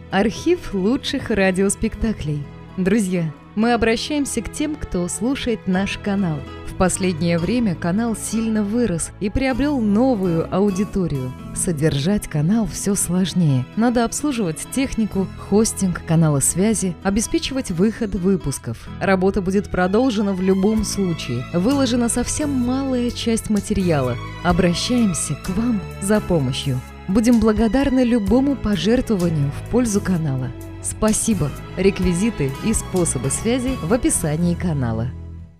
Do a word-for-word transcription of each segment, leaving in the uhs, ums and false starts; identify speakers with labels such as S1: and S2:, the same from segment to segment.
S1: Архив лучших радиоспектаклей. Друзья, мы обращаемся к тем, кто слушает наш канал. В последнее время канал сильно вырос и приобрел новую аудиторию. Содержать канал все сложнее. Надо обслуживать технику, хостинг, каналы связи, обеспечивать выход выпусков. Работа будет продолжена в любом случае. Выложена совсем малая часть материала. Обращаемся к вам за помощью. Будем благодарны любому пожертвованию в пользу канала. Спасибо! Реквизиты и способы связи в описании канала.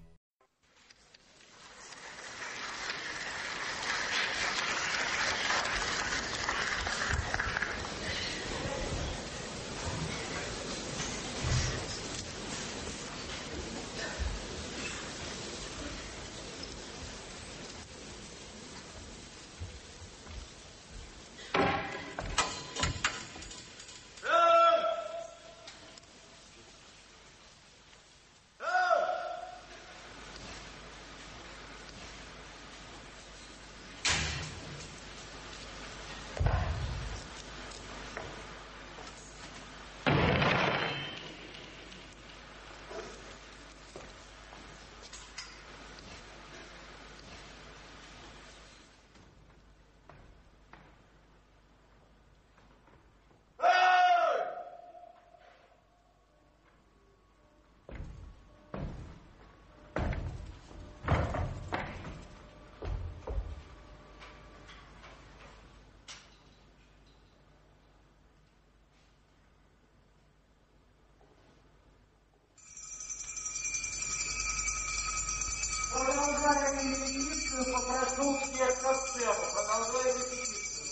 S2: Продолжаем репетицию, попрошу всех на сцену. Продолжаем репетицию.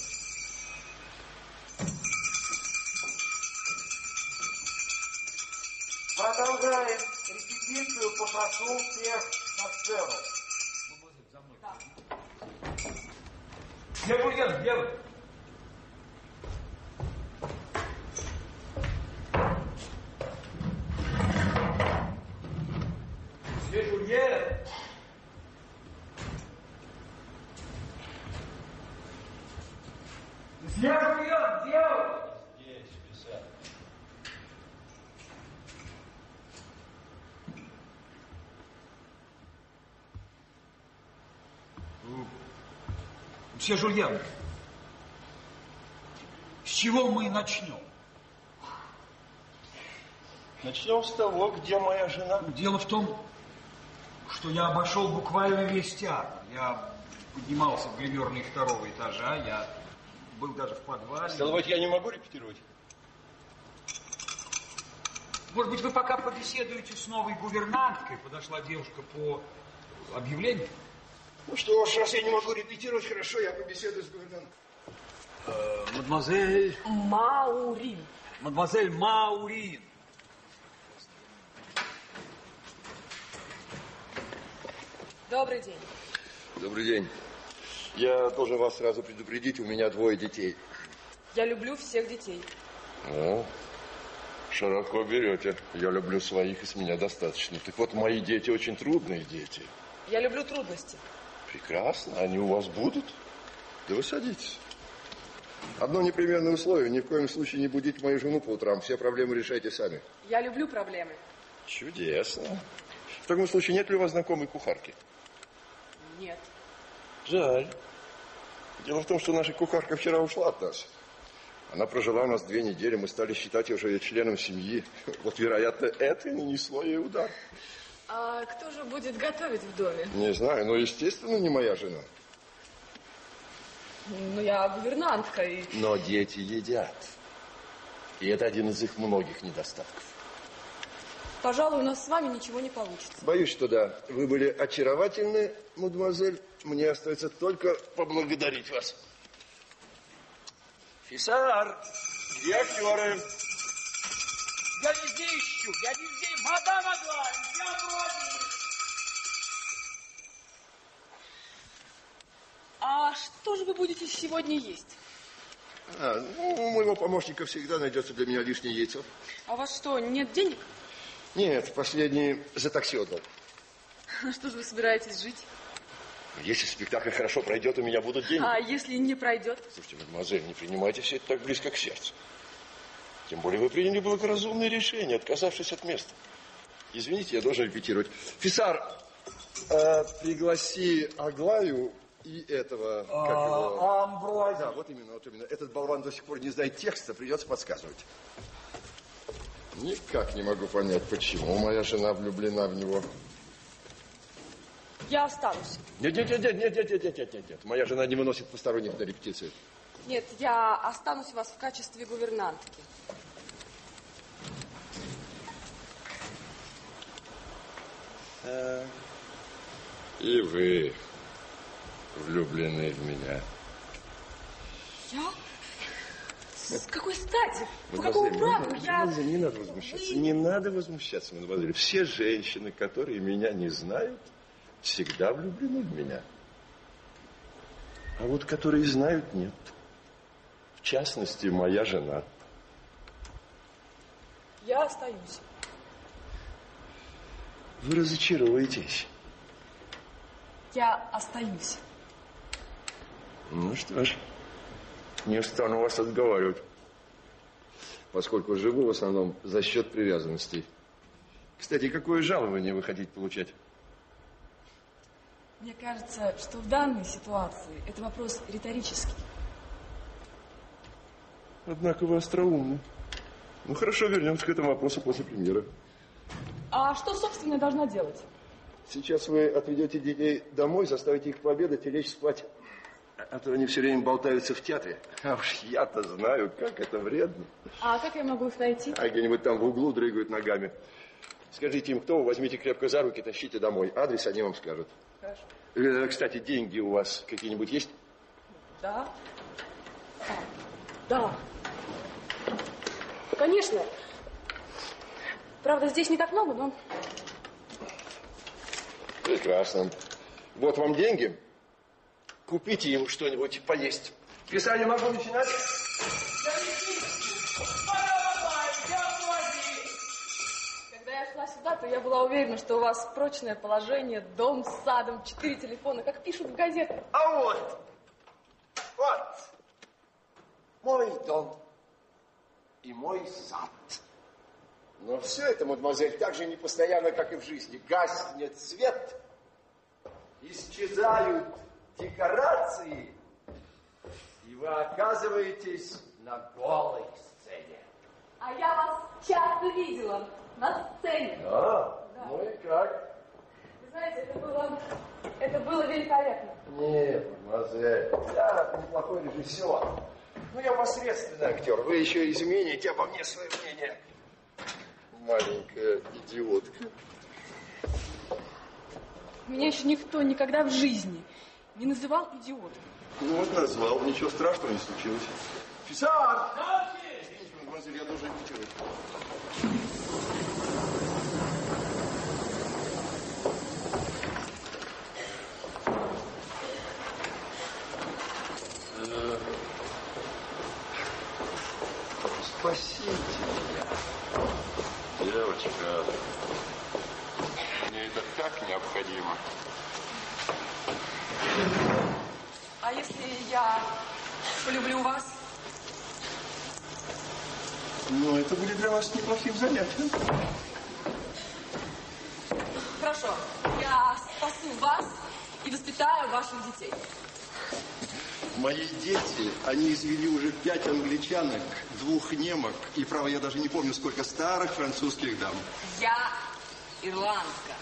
S2: Продолжаем репетицию, попрошу всех на сцену. За мной. Где Гурген? Где вы? Где Гурген? Где Гурген? Где вы? Здесь, писать. Мсье Жульен, с чего мы начнем?
S3: Начнем с того, где моя жена.
S2: Дело в том, что я обошел буквально весь театр. Я поднимался в гримерной второго этажа, я был даже в подвале.
S3: Стало быть, я не могу репетировать?
S2: Может быть, вы пока побеседуете с новой гувернанткой? Подошла девушка по объявлению.
S3: Ну что ж, раз я не могу репетировать, хорошо, я побеседую с гувернанткой.
S2: Э, мадемуазель...
S4: Маурин.
S2: Мадемуазель Маурин.
S4: Добрый день.
S3: Добрый день. Я должен вас сразу предупредить, у меня двое детей.
S4: Я люблю всех детей.
S3: О, широко берете. Я люблю своих, и с меня достаточно. Так вот, мои дети очень трудные дети.
S4: Я люблю трудности.
S3: Прекрасно, они у вас будут. Да вы садитесь. Одно непременное условие, ни в коем случае не будите мою жену по утрам. Все проблемы решайте сами.
S4: Я люблю проблемы.
S3: Чудесно. В таком случае, нет ли у вас знакомой кухарки?
S4: Нет.
S3: Жаль. Дело в том, что наша кухарка вчера ушла от нас. Она прожила у нас две недели, мы стали считать ее уже членом семьи. Вот, вероятно, это нанесло ей удар.
S4: А кто же будет готовить в доме?
S3: Не знаю, но, естественно, не моя жена.
S4: Ну, я гувернантка и...
S3: Но дети едят. И это один из их многих недостатков.
S4: Пожалуй, у нас с вами ничего не получится.
S3: Боюсь, что да. Вы были очаровательны, мадемуазель. Мне остается только поблагодарить вас.
S2: Фисар,
S3: Где актеры?
S2: я везде ищу, я везде. Мадам Аглая, я вроде.
S4: А что же вы будете сегодня есть?
S3: А, ну, у моего помощника всегда найдется для меня лишнее яйцо.
S4: А у вас что, нет денег?
S3: Нет, последний за такси отдал.
S4: Что же вы собираетесь жить?
S3: Если спектакль хорошо пройдет, у меня будут деньги.
S4: А если не пройдет?
S3: Слушайте, мадемуазель, не принимайте все это так близко к сердцу. Тем более вы приняли благоразумное решение, отказавшись от места. Извините, я должен репетировать. Фисар, э, пригласи Аглаю и этого... Как его?
S2: Амброзия.
S3: Да, вот именно, вот именно. Этот болван до сих пор не знает текста, придется подсказывать. Никак не могу понять, почему моя жена влюблена в него.
S4: Я останусь.
S3: Нет, нет, нет, нет, нет, нет, нет, нет, нет, нет. Моя жена не выносит посторонних на репетицию.
S4: Нет, я останусь у вас в качестве гувернантки.
S3: А, и вы влюблены в меня.
S4: Я? С какой стати? По
S3: Мадемуазель,
S4: какому праву?
S3: Не,
S4: Я...
S3: надо, не надо возмущаться.
S4: Вы...
S3: Не надо возмущаться, мадемуазель. Все женщины, которые меня не знают, всегда влюблены в меня. А вот которые знают, нет. В частности, моя жена.
S4: Я остаюсь.
S3: Вы разочаруетесь.
S4: Я остаюсь.
S3: Ну что ж, не стану вас отговаривать, поскольку живу в основном за счет привязанностей. Кстати, какое жалование вы хотите получать?
S4: Мне кажется, что в данной ситуации это вопрос риторический.
S3: Однако вы остроумны. Ну хорошо, вернемся к этому вопросу после премьеры.
S4: А что, собственно, я должна делать?
S3: Сейчас вы отведете детей домой, заставите их пообедать и лечь спать. А то они все время болтаются в театре. А уж я-то знаю, как это вредно.
S4: А как я могу их найти?
S3: А где-нибудь там в углу дрыгают ногами. Скажите им, кто вы, возьмите крепко за руки, тащите домой. Адрес они вам скажут.
S4: Хорошо.
S3: Э, кстати, деньги у вас какие-нибудь есть?
S4: Да. А, да. Конечно. Правда, здесь не так много, но...
S3: Прекрасно. Вот вам деньги. Купите им что-нибудь поесть. Писание могу начинать?
S4: Когда я шла сюда, то я была уверена, что у вас прочное положение, дом с садом, четыре телефона, как пишут в газетах.
S3: А вот, вот, мой дом и мой сад. Но все это, мадемуазель, так же непостоянно, как и в жизни. Гаснет свет, исчезают декорации, и вы оказываетесь на голой сцене.
S4: А я вас часто видела на сцене.
S3: А,
S4: Да.
S3: Ну и как?
S4: Вы знаете, это было, это было великолепно.
S3: Нет, мадемуазель, я неплохой режиссер. Ну, я посредственный актер. Вы еще измените обо мне свое мнение. Маленькая идиотка.
S4: Меня еще никто никогда в жизни не называл идиотом.
S3: Ну вот назвал, ничего страшного не случилось. Фисар! Да, извините, мадемуазель, я должен репетировать. Спасите меня, девочка. Мне это так необходимо.
S4: А если я полюблю вас?
S3: Ну, это будет для вас неплохим занятием.
S4: Хорошо. Я спасу вас и воспитаю ваших детей.
S3: Мои дети, они извели уже пять англичанок, двух немок, и, право, я даже не помню, сколько старых французских дам.
S4: Я ирландка.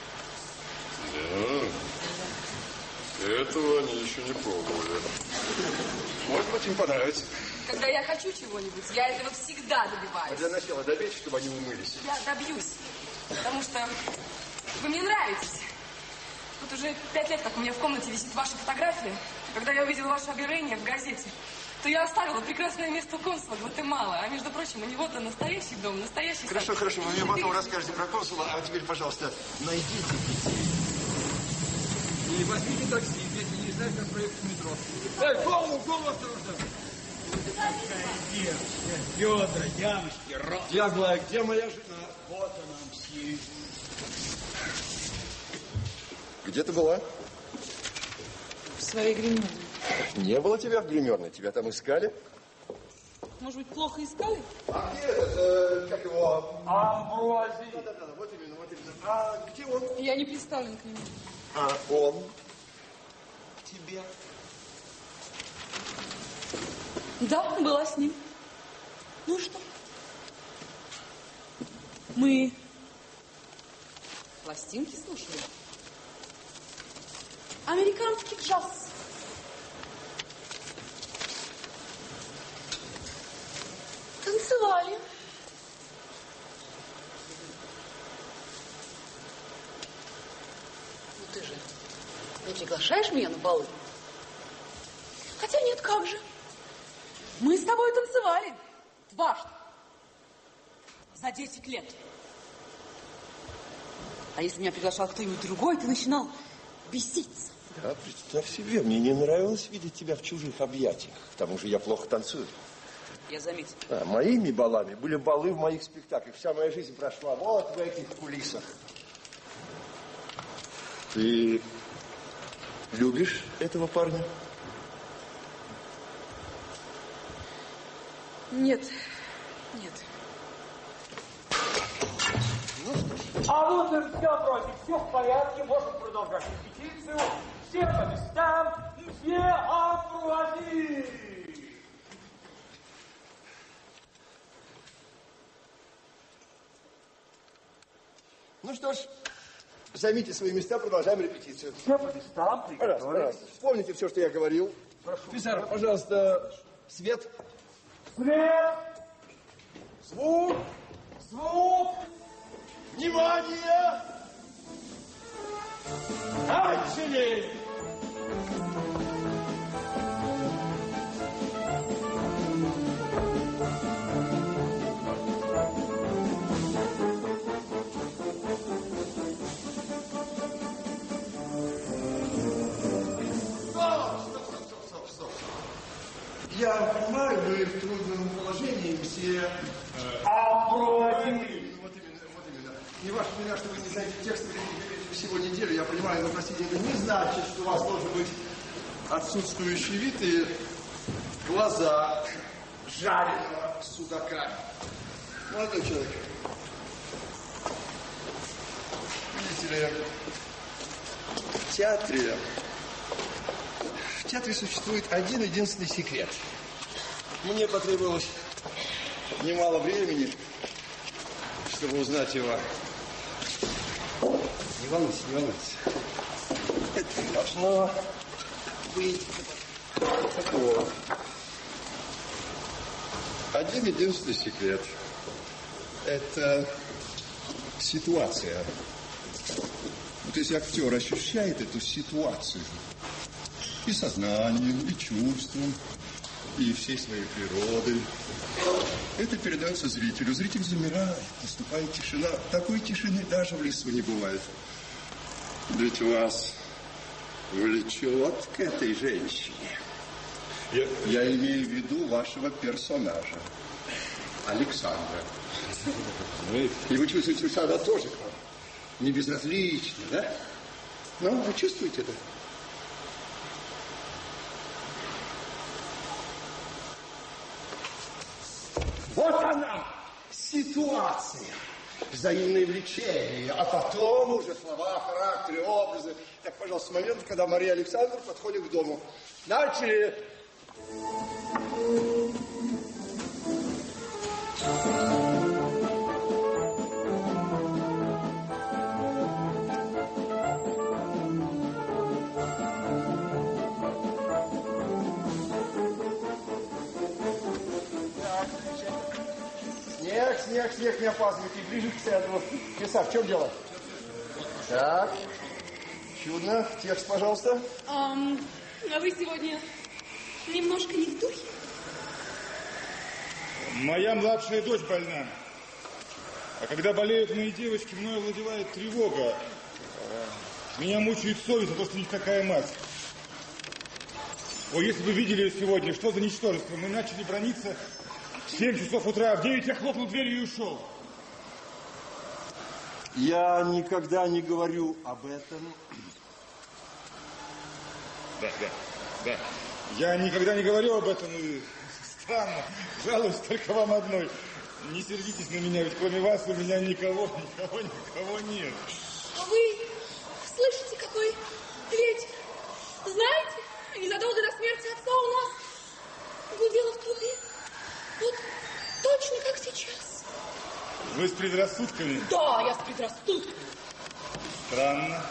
S3: Да, этого они еще не пробовали. Может быть, им понравится.
S4: Когда я хочу чего-нибудь, я этого всегда добиваюсь.
S3: А для начала добейте, чтобы они умылись.
S4: Я добьюсь, потому что вы мне нравитесь. Вот уже пять лет, как у меня в комнате висит ваша фотография. Когда я увидела ваше объявление в газете, то я оставила прекрасное место консула Гватемала. А между прочим, у него-то настоящий дом, настоящий...
S3: Хорошо, сад. Хорошо, вы мне потом расскажете про консула, а теперь, пожалуйста, найдите детей.
S2: И возьмите такси, если не знаете, как проехать в метро. Эй, голову, голову осторожно! Бедра, ямочки, рот.
S3: Яглая, где моя жена?
S2: Вот она, мсье.
S3: Где ты была?
S4: В своей гримерной.
S3: Не было тебя в гримерной, тебя там искали?
S4: может быть, плохо искали?
S3: А где этот, э, как его?
S2: Амбруази.
S3: Да-да-да, вот именно, вот именно. А где он?
S4: Я не представлен к нему.
S3: А он к тебе?
S4: Да, была с ним. Ну что? Мы пластинки слушали. Американский джаз. Танцевали. Ну ты же не приглашаешь меня на балы? Хотя нет, как же. Мы с тобой танцевали дважды за десять лет. А если меня приглашал кто-нибудь другой, ты начинал беситься.
S3: Да, представь себе, мне не нравилось видеть тебя в чужих объятиях. К тому же я плохо танцую.
S4: Я заметил.
S3: А, моими балами были балы в моих спектаклях. Вся моя жизнь прошла вот в этих кулисах. Ты любишь этого парня?
S4: Нет, нет.
S2: А вот и все вроде, все в порядке, можем продолжать репетицию. Все по местам, все амбруази.
S3: Ну что ж, займите свои места, продолжаем репетицию.
S2: Все по местам,
S3: Пожалуйста,
S2: приготовились.
S3: пожалуйста, вспомните все, что я говорил.
S2: Прошу.
S3: Писарь, пожалуйста, свет.
S2: Свет!
S3: Звук.
S2: Звук!
S3: Внимание!
S2: Начали!
S3: Я понимаю, мы в трудном положении, все...
S2: Амбруази!
S3: Вот именно, вот именно. Не ваша вина, что вы не знаете текст, вы репетируете всего неделю, я понимаю, но, простите, это не значит, что у вас должен быть отсутствующий вид и глаза жареного судака. Молодой человек, видите ли, в театре, в театре существует один единственный секрет. Мне потребовалось немало времени, чтобы узнать его. Не волнуйтесь, не волнуйтесь. Это не должно быть такого. Один единственный секрет. Это ситуация. Вот если актер ощущает эту ситуацию и сознанием, и чувством, и всей своей природой, это передается зрителю. Зритель замирает, наступает тишина. Такой тишины даже в лесу не бывает. Ведь вас влечет к этой женщине. Я, я имею в виду вашего персонажа, Александра. И вы чувствуете, что она тоже к вам не безразлична, да? Ну, вы чувствуете это? Вот она, ситуация, взаимное влечение, а потом уже слова, характеры, образы. Так, пожалуйста, с момента, когда Мария Александровна подходит к дому. Начали. Снег, снег, снег, не опаздывайте, ближе к центру. Писак, в чем дело? Так, чудно. Текст, пожалуйста.
S4: Um, а вы сегодня немножко не в духе?
S5: Моя младшая дочь больна. А когда болеют мои девочки, мною овладевает тревога. Меня мучает совесть за то, что не такая мать. Ой, если бы видели ее сегодня, что за ничтожество. Мы начали браниться в семь часов утра, в девять я хлопнул дверью и ушел.
S3: Я никогда не говорю об этом.
S5: Да, да, да. Я никогда не говорю об этом и Странно. Жалуюсь только вам одной. Не сердитесь на меня, ведь кроме вас у меня никого, никого, никого нет.
S4: А вы слышите, какой ветер? Знаете, незадолго до смерти отца у нас гудело в трубе. Вот точно как сейчас.
S5: Вы с предрассудками?
S4: Да, я с предрассудками.
S5: Странно.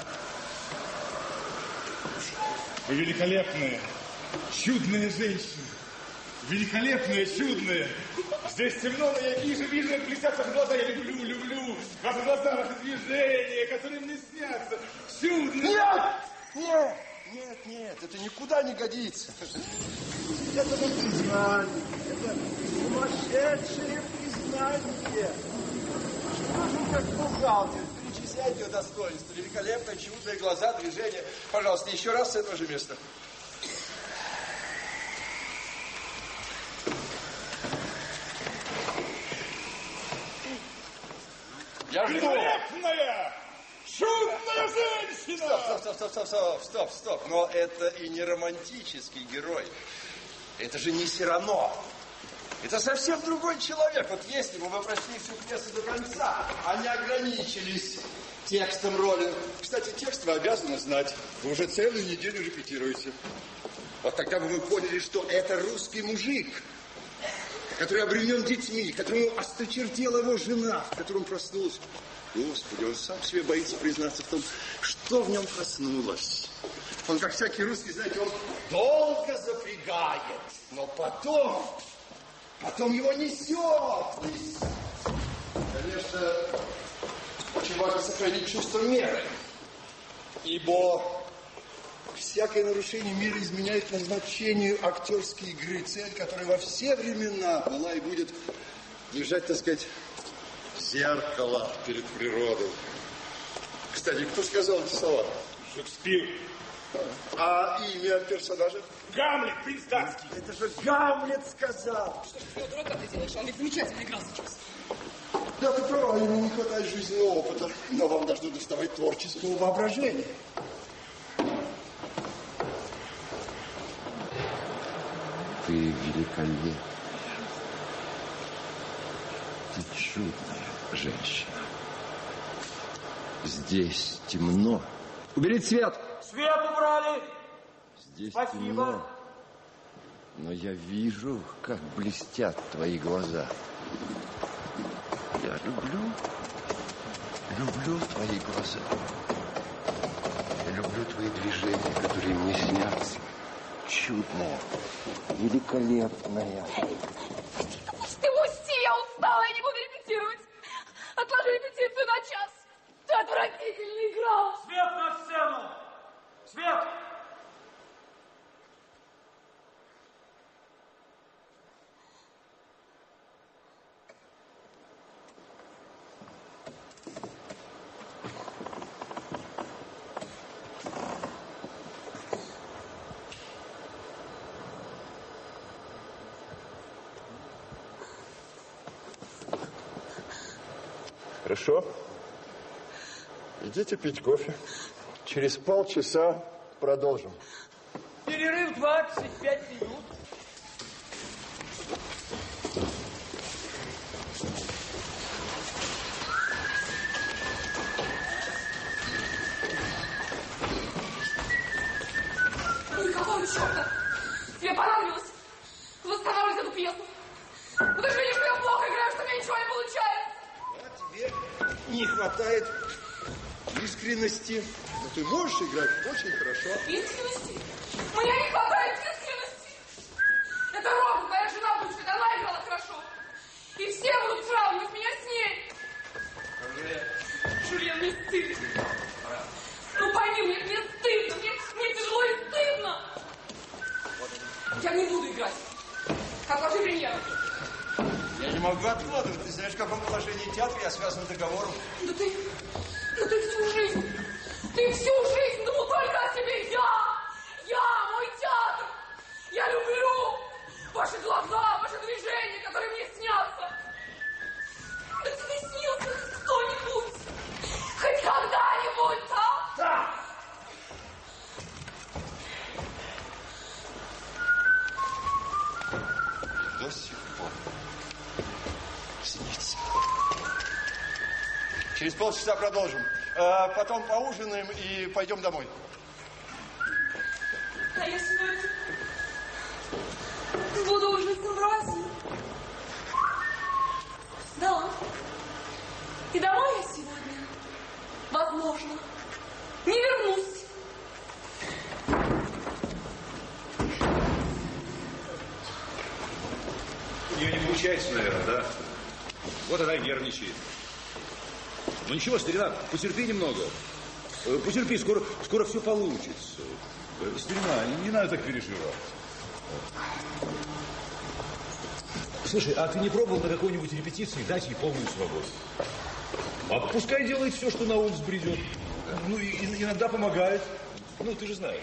S5: Вы великолепная, чудная женщина. Великолепная, чудная. Здесь темно, но я вижу, вижу, как блестятся глаза. Я люблю, люблю. Ваши глаза, ваши движения, которые мне снятся. Чудно.
S3: Нет! Нет! Нет, нет, это никуда не годится. Это не признание. Это сумасшедшее признание. Что же вы как бухгалтер? Перечисляйте ее достоинства. Великолепные, чудные глаза, движения. Пожалуйста, еще раз с этого же места. Я жду.
S5: Великолепная, чудная женщина!
S3: Стоп, стоп, стоп, стоп, стоп, стоп, стоп. Но это и не романтический герой. Это же не Сирано. Это совсем другой человек. Вот если бы вы прочли всю пьесу до конца, а не ограничились текстом роли. Кстати, текст вы обязаны знать. Вы уже целую неделю репетируете. Вот тогда бы вы поняли, что это русский мужик, который обременен детьми, которому осточертела его жена, в котором проснулась. Господи, он сам себе боится признаться в том, что в нем проснулось. Он, как всякий русский, знаете, он долго запрягает, но потом, потом его несет. Конечно, очень важно сохранить чувство меры, ибо всякое нарушение меры изменяет назначению актерской игры, цель, которая во все времена была и будет лежать, так сказать, зеркало перед природой. Кстати, кто сказал эти слова?
S5: Шекспир.
S3: А имя персонажа?
S5: Гамлет, принц датский.
S3: Это же Гамлет сказал.
S4: Что ж ты дурака ты делаешь? Он ведь замечательно играл сейчас.
S3: Да, ты права, ему не хватает жизненного опыта, но вам должно доставать творческого воображения.
S6: Ты великолепная, ты чудная женщина. Здесь темно. Уберите свет!
S2: Свет убрали!
S6: Здесь
S2: Спасибо.
S6: темно. Но я вижу, как блестят твои глаза. Я люблю, люблю твои глаза. Я люблю твои движения, которые мне снятся. Чудная, великолепная.
S4: Пусти, пусти, я устала, я не буду репетировать. Отложи репетицию на час. Ты отвратительно играл.
S2: Свет на сцену! Свет!
S3: Хорошо. Идите пить кофе. Через полчаса продолжим.
S2: Перерыв двадцать пять минут.
S4: Ну и какого черта? Тебе понравилось восстанавливать эту пьесу? Ну ты же видишь, что я плохо играю, что у меня ничего не получается.
S3: А тебе не хватает искренности. Но ты можешь играть очень хорошо.
S4: Искренности? Мне не хватает искренности. Это Рома, моя жена будет, она играла хорошо. И все будут сравнивать меня с ней. Жульен, мне стыдно. Ну пойми, мне, мне стыдно, мне, мне тяжело и стыдно. Я не буду играть. Отложи премьеру.
S3: Я не могу откладывать. Ты знаешь, в каком положении театра я связан договором.
S4: Да ты, да ты всю жизнь, ты всю жизнь думал только о себе. Я, я, мой театр. Я люблю ваши глаза, ваши движения, которые мне снятся. Да тебе снился хоть кто-нибудь? Хоть когда-нибудь, а?
S3: Да! Что Через полчаса продолжим. А потом поужинаем и пойдем домой.
S4: А я сегодня буду ужинать в России. Да. И домой я сегодня, возможно, не вернусь.
S7: У нее не получается, наверное, да? Вот она и нервничает. Ну ничего, старина, потерпи немного. Потерпи, скоро, скоро все получится. Старина, не надо так переживать. Слушай, а ты не пробовал на какой-нибудь репетиции дать ей полную свободу? А пускай делает все, что на ум взбредет. Ну, и, и, иногда помогает. Ну, ты же знаешь.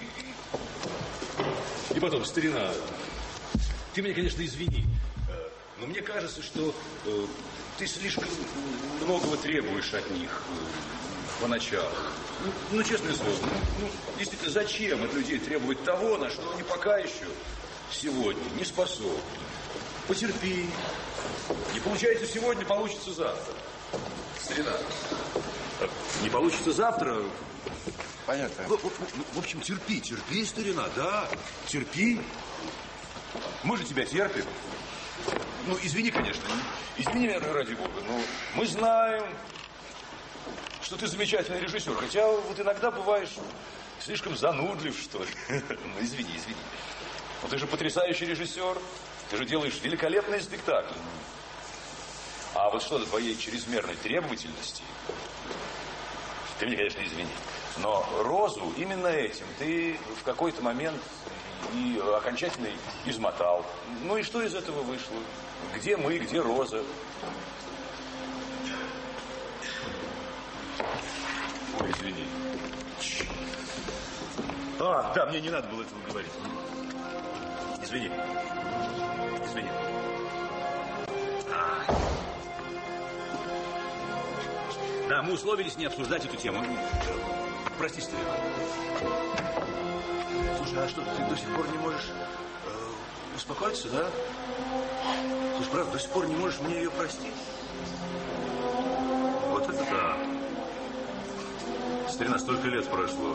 S7: И потом, старина, ты меня, конечно, извини, но мне кажется, что э, ты слишком многого требуешь от них э, поначалу. Ну, ну, честное слово, ну, ну, действительно, зачем от людей требовать того, на что они пока еще сегодня не способны? Потерпи. Не получается сегодня, получится завтра. Старина, не получится завтра.
S3: Понятно.
S7: В, в, в, в общем, терпи, терпи, старина, да, терпи. Мы же тебя терпим. Ну, извини, конечно, извини меня, ради бога, но мы знаем, что ты замечательный режиссер, хотя вот иногда бываешь слишком занудлив, что ли. Ну, извини, извини. Но ты же потрясающий режиссер, ты же делаешь великолепные спектакли. А вот что до твоей чрезмерной требовательности, ты мне, конечно, извини, но Розу именно этим ты в какой-то момент и окончательно измотал. Ну и что из этого вышло? Где мы, где Роза? Ой, извини. А, да, мне не надо было этого говорить. Извини. Извини. А. Да, мы условились не обсуждать эту тему. Прости, старина. Слушай, а что, ты до сих пор не можешь э, успокоиться, да? Слушай, правда, до сих пор не можешь мне ее простить? Вот это да. Старина, столько лет прошло.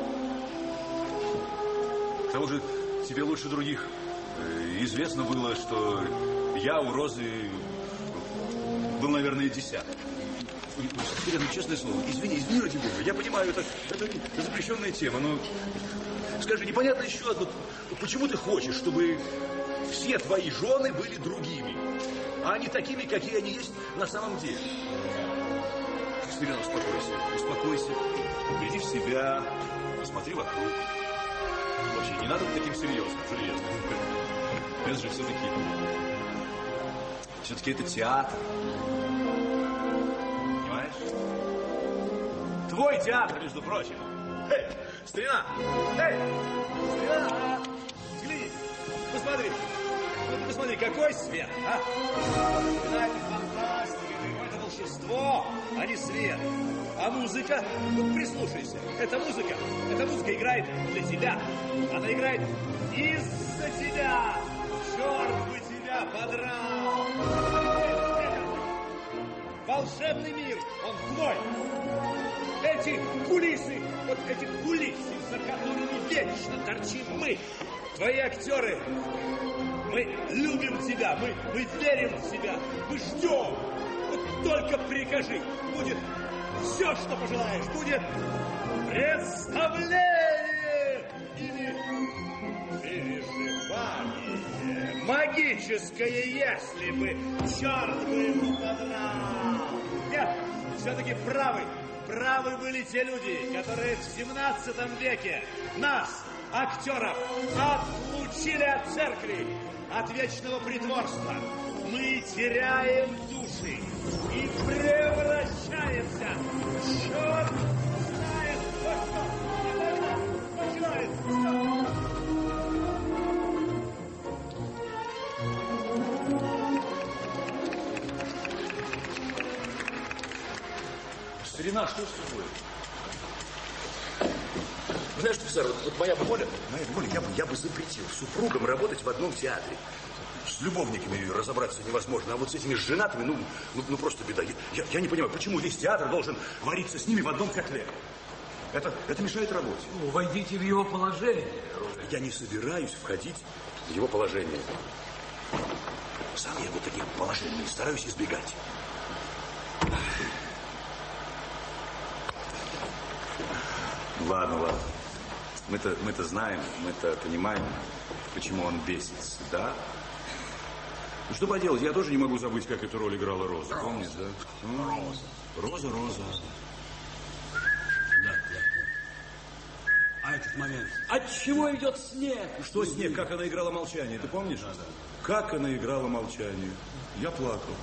S7: К тому же тебе лучше других э, известно было, что я у Розы был, наверное, десяток. Старина, ну, честное слово, извини, извини, ради бога. Я понимаю, это, это запрещенная тема, но скажи, непонятно еще одно. Почему ты хочешь, чтобы все твои жены были другими, а не такими, какие они есть на самом деле? Старина, успокойся, успокойся, приди в себя, посмотри вокруг. Вообще, не надо быть таким серьезным, железным. Это же все-таки... Все-таки это театр. Понимаешь? Твой театр, между прочим. Эй, старина! Эй! Старина! Взгляни! Посмотри! Ну, посмотри, какой свет, а? Это фантастика, это волшебство, а не свет. А музыка, вот прислушайся, эта музыка, эта музыка играет для тебя. Она играет из-за тебя. Черт бы тебя подрал. Волшебный мир, он твой. Эти кулисы, вот эти кулисы, за которыми вечно торчим мы, твои актеры. Мы любим тебя, мы, мы верим в тебя, мы ждем. Вот только прикажи, будет все, что пожелаешь, будет представление или переживание магическое, если бы, черт бы ему подрал. Нет, все-таки правы, правы были те люди, которые в семнадцатом веке нас, актеров, отлучили от церкви, от вечного притворства. Мы теряем души и превращаемся. Черт знает, во что начинается. Старина, что с тобой? Знаешь, офицер, вот, вот моя бы воля, моя бы воля, я бы, я бы запретил супругам работать в одном театре. любовниками разобраться невозможно, а вот с этими женатыми, ну, ну, ну просто беда. Я, я, я не понимаю, почему весь театр должен вариться с ними в одном котле? Это, это мешает работе.
S8: Ну, войдите в его положение.
S7: Я не собираюсь входить в его положение. Сам я вот таких положений стараюсь избегать. Ладно, ладно. Мы-то, мы-то знаем, мы-то понимаем, почему он бесится, да? Ну, что поделать, я тоже не могу забыть, как эту роль играла Роза. Помнишь, да? Роза. Роза, Роза.
S8: Да, да. А этот момент. От чего идет снег?
S7: Что снег? Как она играла молчание, ты помнишь? Да, да. Как она играла молчание. Я плакал.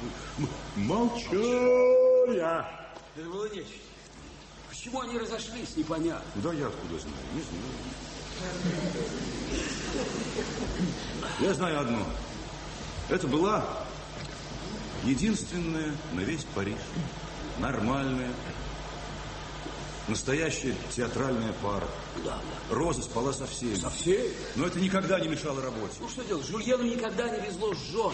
S7: Молчание.
S8: Это было нечто. Почему они разошлись, непонятно.
S7: Да я откуда знаю, не знаю. Я знаю одно. Это была единственная на весь Париж нормальная, настоящая театральная пара.
S8: Да, да.
S7: Роза спала со всеми.
S8: Со всеми?
S7: Но это никогда не мешало работе.
S8: Ну что делать, Жульену никогда не везло с женой.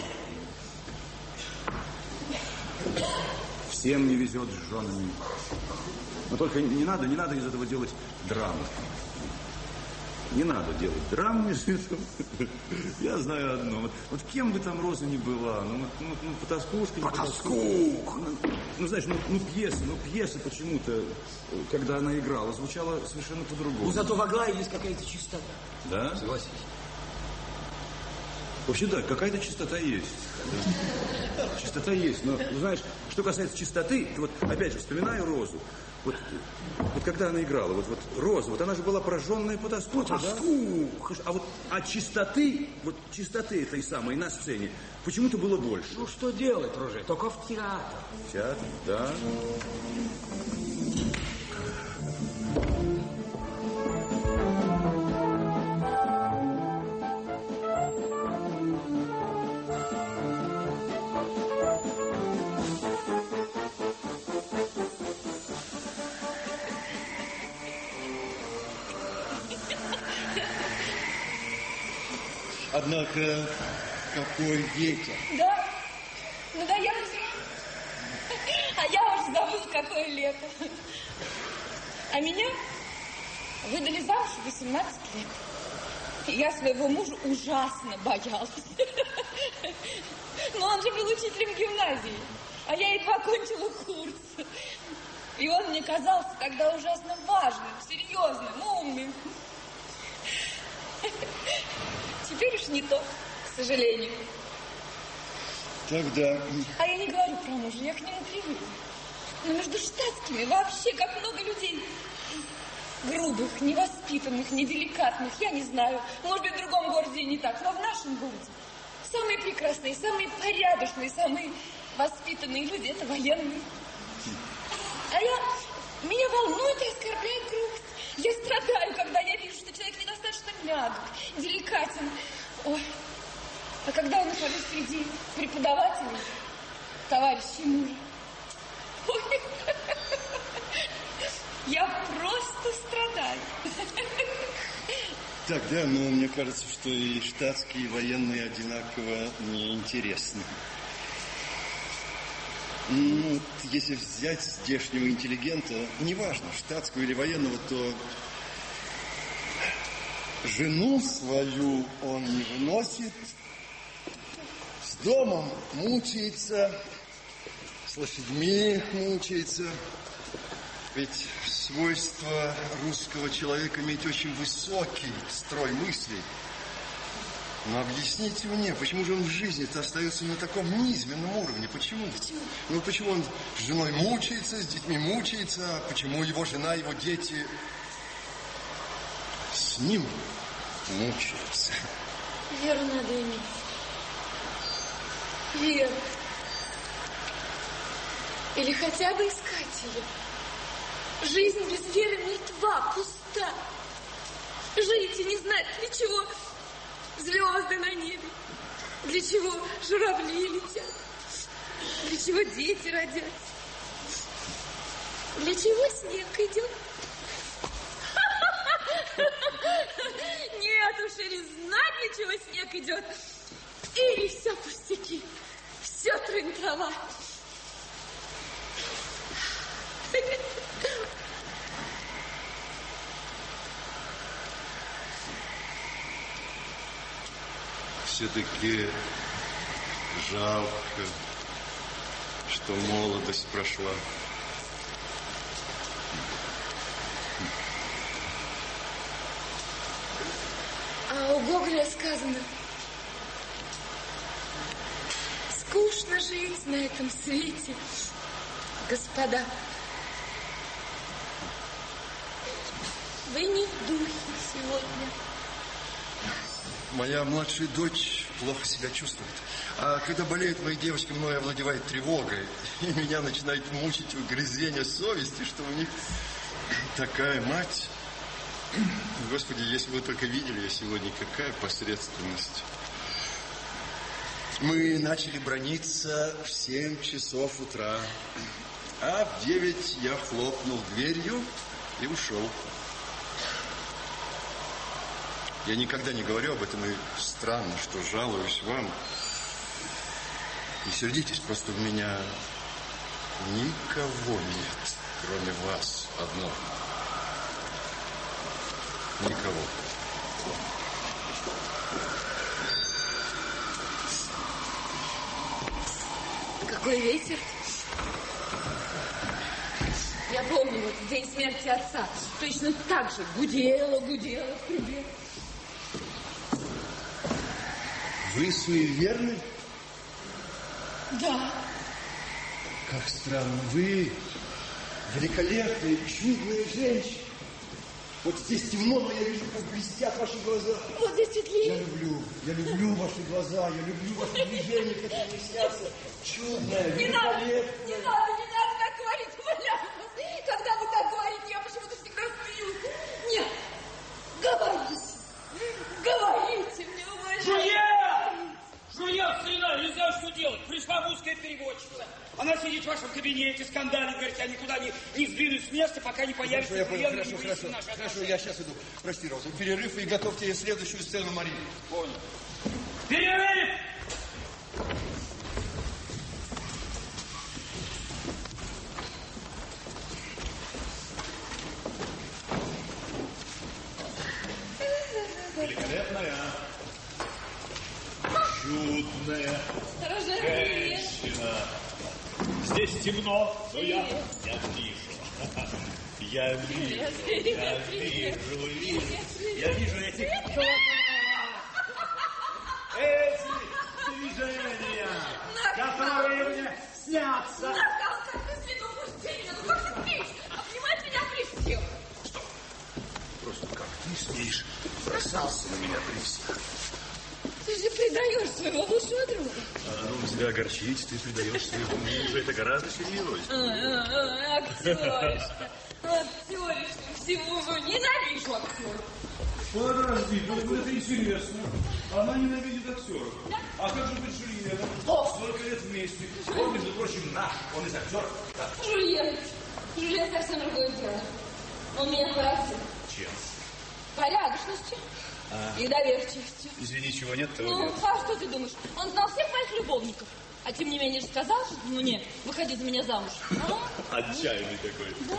S7: Всем не везет с женами. Но только не надо, не надо из этого делать драму. Не надо делать драму из этого. Я знаю одно. Вот, вот кем бы там Роза ни была, ну, ну, ну потаскушка,
S8: потаскуха.
S7: Ну, ну, знаешь, ну, ну пьеса, ну пьеса почему-то, когда она играла, звучала совершенно по-другому.
S8: Ну зато в Аглае есть какая-то чистота.
S7: Да?
S8: Согласись.
S7: Вообще, да, какая-то чистота есть. Да. Чистота есть, но, знаешь, что касается чистоты, вот, опять же, вспоминаю Розу. Вот, вот когда она играла, вот, вот Роза, вот она же была прожженная потаскуха, да? А вот от чистоты, вот чистоты этой самой на сцене почему-то было больше.
S8: Ну что делать, Роже? Только в театр.
S7: В театр, да.
S9: Однако, какой ветер.
S4: Да, надоелось. А я уж забыла, какое лето. А меня выдали замуж в восемнадцать лет. И я своего мужа ужасно боялась. Но он же был учителем гимназии, а я едва окончила курс. И он мне казался тогда ужасно важным, серьезным, умным. Теперь уж не то, к сожалению.
S9: Тогда...
S4: А я не говорю про мужа, я к нему привыкла. Но между штатскими вообще как много людей. Грубых, невоспитанных, неделикатных, я не знаю. Может быть, в другом городе и не так, но в нашем городе самые прекрасные, самые порядочные, самые воспитанные люди – это военные. А я... Меня волнует и оскорбляет грубость. Я страдаю, когда я вижу, что человек недостаточно мягок, деликатен. Ой. А когда я нахожусь среди преподавателей, товарищей мужа, ой, я просто страдаю.
S9: Тогда, ну, мне кажется, что и штатские, и военные одинаково неинтересны. Ну, если взять здешнего интеллигента, неважно, штатского или военного, то жену свою он не выносит, с домом мучается, с лошадьми мучается. Ведь свойство русского человека иметь очень высокий строй мыслей. Но объясните мне, почему же он в жизни-то остается на таком низменном уровне? Почему? Почему? Ну, почему он с женой мучается, с детьми мучается, а почему его жена, его дети с ним мучаются?
S4: Веру надо иметь. Веру. Или хотя бы искать ее. Жизнь без веры мертва, пуста. Жить и не знать, для чего звезды на небе, для чего журавли летят, для чего дети родятся, для чего снег идет. Нет уж, или знать, для чего снег идет, Или все пустяки, все трын-трава.
S9: Все-таки жалко, что молодость прошла.
S4: А у Гоголя сказано: скучно жить на этом свете, господа. Вы не в духе сегодня.
S9: Моя младшая дочь плохо себя чувствует. А когда болеет моя девочка, мной овладевает тревогой. И меня начинает мучить угрызение совести, что у них такая мать. Господи, если бы вы только видели ее сегодня, какая посредственность. Мы начали браниться в семь часов утра. А в девять я хлопнул дверью и ушел. Я никогда не говорю об этом, и странно, что жалуюсь вам. Не сердитесь, просто у меня никого нет, кроме вас одного. Никого.
S4: Какой ветер. Я помню, вот в день смерти отца точно так же гудела, гудела в трубе.
S9: Вы суеверны?
S4: Да.
S9: Как странно. Вы великолепная, чудная женщина. Вот здесь темно, но я вижу, как блестят ваши глаза.
S4: Вот здесь светлее.
S9: Я люблю, я люблю ваши глаза, я люблю ваши движения, которые мне снятся. Чудная,
S4: не надо,
S9: великолепная.
S4: не надо, не надо так говорить, умоляю вас. Когда вы так говорите, я почему-то всегда смеюсь. Нет, говорите, говорите мне, умоляю.
S8: Жульен! Жульен, старина, не знаю, что делать. Пришла русская переводчица. Она сидит в вашем кабинете, скандалит, говорит, я никуда не, не сдвинусь с места, пока не появится.
S9: Хорошо, я понял,
S8: клиент,
S9: хорошо,
S8: не
S9: хорошо,
S8: наши
S9: хорошо,
S8: отношения.
S9: я сейчас иду. Прости, Роза, перерыв и готовьте следующую сцену Марии.
S8: Понял. Перерыв!
S5: Великолепная, чудная женщина. Здесь темно, но я, я вижу. Я вижу, я вижу, вижу. Я вижу эти эти движения, которые мне снятся.
S4: Наталка, ты свину пусти меня, ну как ты смеешь обнимать меня при всех?
S7: Что? Просто как ты смеешь бросался на меня при всех?
S4: Ты же предаешь своего лучшего друга.
S7: А, ну, тебя огорчить, ты предаешь своего мужа. Это гораздо серьезнее.
S4: А, актеришка, актеришка, всего же ненавижу актеров.
S5: Подожди, ну это интересно. Она ненавидит актеров.
S4: Да?
S5: А как же быть Жульеном?
S4: О!
S5: Столько лет вместе. Он, между прочим, наш. Он из актеров. Да.
S4: Жульен, Жульен совсем другое дело. Он меня поразил.
S5: Чем?
S4: Порядочностью
S5: А.
S4: и доверчивостью.
S5: Извини, чего нет, того
S4: Ну,
S5: нет.
S4: а что ты думаешь? Он знал всех моих любовников. А тем не менее же сказал, что мне выходи за меня замуж. А?
S5: Отчаянный такой.
S4: Да.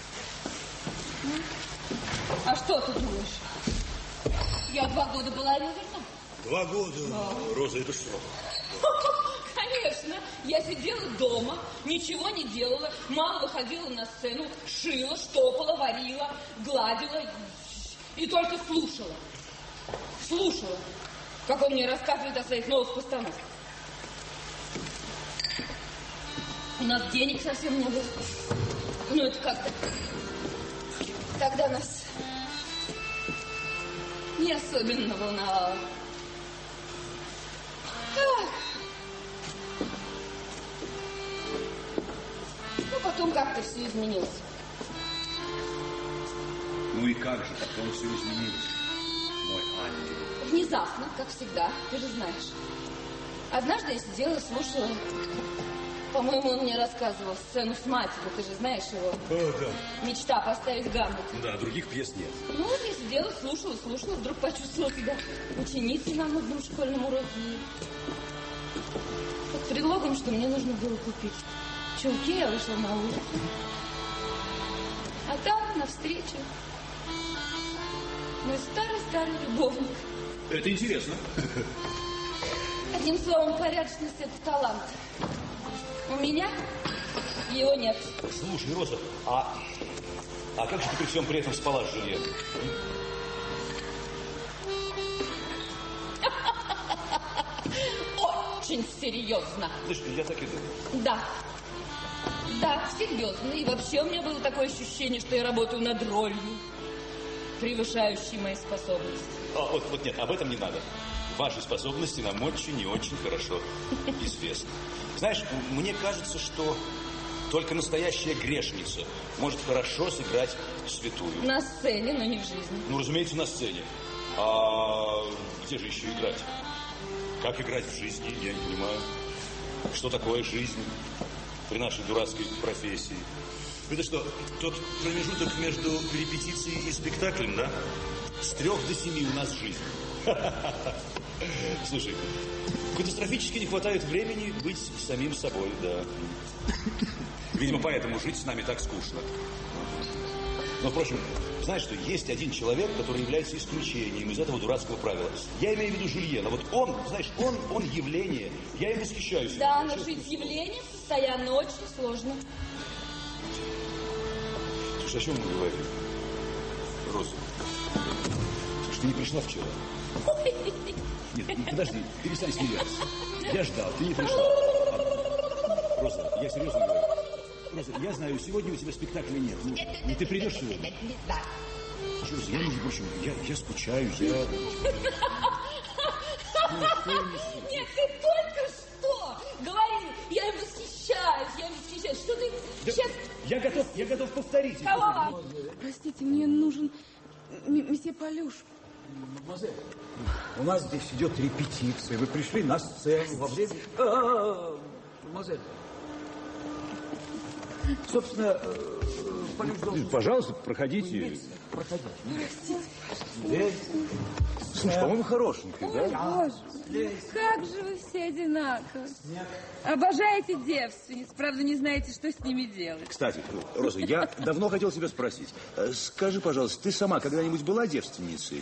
S4: А что ты думаешь? Я два года была ему верна.
S5: Два года?
S4: Да.
S5: Роза, это что?
S4: Конечно. Я сидела дома, ничего не делала. Мама выходила на сцену, шила, штопала, варила, гладила и только слушала. Слушала, как он мне рассказывает о своих новых постановках. У нас денег совсем не было. Ну, это как-то... Тогда нас не особенно волновало. Ах. Ну, потом как-то все изменилось.
S7: Ну и как же потом все изменилось, мой ангел?
S4: Внезапно, как всегда, ты же знаешь. Однажды я сидела и слушала По-моему, он мне рассказывал сцену с матерью. Ты же знаешь его.
S7: О, да.
S4: Мечта поставить Гамлета.
S7: Да, других пьес нет.
S4: Ну, вот я сидела, слушала, слушала, вдруг почувствовала себя ученицей на модном школьном уроке. Под предлогом, что мне нужно было купить чулки, я вышла на улицу. А там, навстречу, мой старый-старый любовник.
S7: Это интересно.
S4: Одним словом, порядочность – это талант. У меня его нет.
S7: Слушай, Роза, а, а как же ты при всем при этом спала с Жюльен?
S4: Очень серьезно.
S7: Слушай, я так и думаю.
S4: Да. Да, серьезно. И вообще у меня было такое ощущение, что я работаю над ролью, превышающей мои способности.
S7: А, вот, вот нет, об этом не надо. Ваши способности нам очень и очень хорошо известны. Знаешь, мне кажется, что только настоящая грешница может хорошо сыграть святую.
S4: На сцене, но не в жизни.
S7: Ну, разумеется, на сцене. А где же еще играть? Как играть в жизни, я не понимаю. Что такое жизнь при нашей дурацкой профессии? Это что, тот промежуток между репетицией и спектаклем, да? С трех до семи у нас жизнь. Слушай, катастрофически не хватает времени быть самим собой, да. Видимо, поэтому жить с нами так скучно. Но, впрочем, знаешь что, есть один человек, который является исключением из этого дурацкого правила. Я имею в виду Жюльена. Вот он, знаешь, он, он явление. Я им восхищаюсь.
S4: Да, но жить явлением постоянно очень сложно.
S7: Слушай, о чем мы говорим? Роза, слушай, ты не пришла вчера? Нет, ну, подожди, перестань смеяться. Я ждал, ты не пришла. А, Роза, я серьезно говорю. Роза, я знаю, сегодня у тебя спектакля нет. Ну, и ты придешь сегодня?
S4: Да.
S7: Слушай, Роза, я, между прочим, я, я скучаю, я...
S4: Нет, ты только что говорил, я им восхищаюсь, я им восхищаюсь. Что ты сейчас...
S7: Я готов, я готов повторить.
S4: Кого?
S10: Простите, мне нужен месье Полюш.
S11: Мадемуазель, у нас здесь идет репетиция. Вы пришли на сцену во время... А-а-а, мадемуазель. Собственно, Полюш должен...
S7: Пожалуйста, проходите.
S11: Проходите.
S10: Простите.
S7: Слушай, по-моему, хорошенький, да?
S10: Ой, боже, как же вы все одинаковы. Обожаете девственниц, правда, не знаете, что с ними делать.
S7: Кстати, Роза, я давно хотел тебя спросить. Скажи, пожалуйста, ты сама когда-нибудь была девственницей?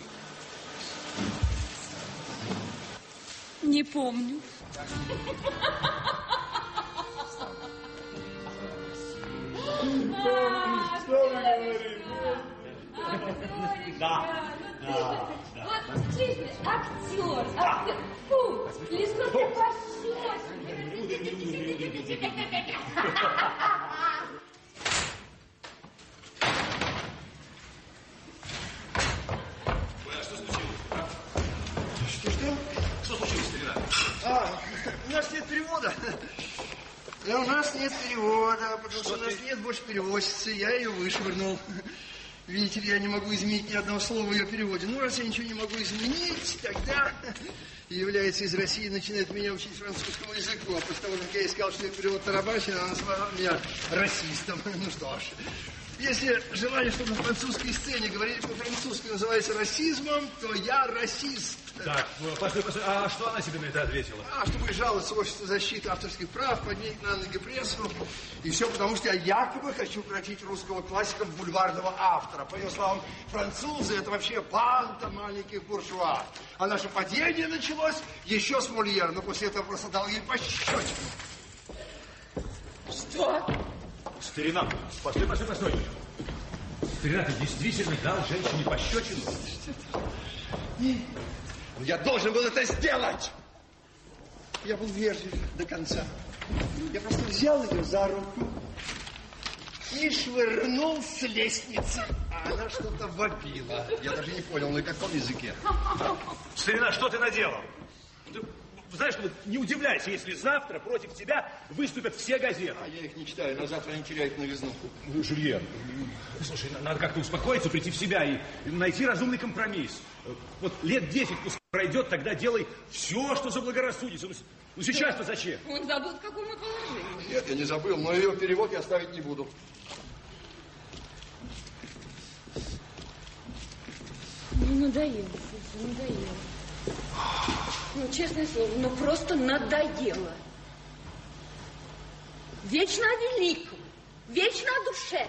S10: Не помню.
S5: Что вы говорите?
S4: Да, да, да. Вот честно, актер, актер. Фу, лицо ты пощечин.
S7: Что случилось?
S9: Что-что?
S7: Что случилось, старина?
S9: А, у нас нет перевода. Да, у нас нет перевода, потому что, что у нас ты? нет больше переводчицы. Я ее вышвырнул. Видите ли, я не могу изменить ни одного слова в ее переводе. Ну, раз я ничего не могу изменить, тогда является из России, начинает меня учить французскому языку. А после того, как я ей сказал, что это перевод тарабачина, она назвала меня расистом. Ну что ж, если желание, чтобы на французской сцене говорили по-французски, называется расизмом, то я расист.
S7: Так, постой, постой, а что она себе на это ответила?
S9: А, чтобы жаловаться в общество защиты авторских прав, поднять на ноги прессу. И все потому, что я якобы хочу превратить русского классика в бульварного автора. По ее словам, французы — это вообще банда маленьких буржуа. А наше падение началось еще с Мольера, но после этого просто дал ей пощечину.
S4: Что?
S7: Старина, постой, постой, постой. Старина, ты действительно дал женщине пощечину?
S9: Я должен был это сделать. Я был вежлив до конца. Я просто взял ее за руку и швырнул с лестницы. А она что-то вопила. Я даже не понял, на каком языке.
S7: Старина, что ты наделал? Ты, знаешь, не удивляйся, если завтра против тебя выступят все газеты.
S9: А я их не читаю, но завтра они теряют новизну.
S7: Жюльен, слушай, надо как-то успокоиться, прийти в себя и найти разумный компромисс. Вот лет десять пускай. пройдет, тогда делай все, что заблагорассудится. Ну сейчас-то зачем?
S10: Он забыл, в каком мы положении.
S9: Нет, я не забыл, но ее перевод я оставить не буду.
S10: Ну, надоело, слушай, надоело. Ну, честное слово, ну просто надоело. Вечно о великом, вечно о душе.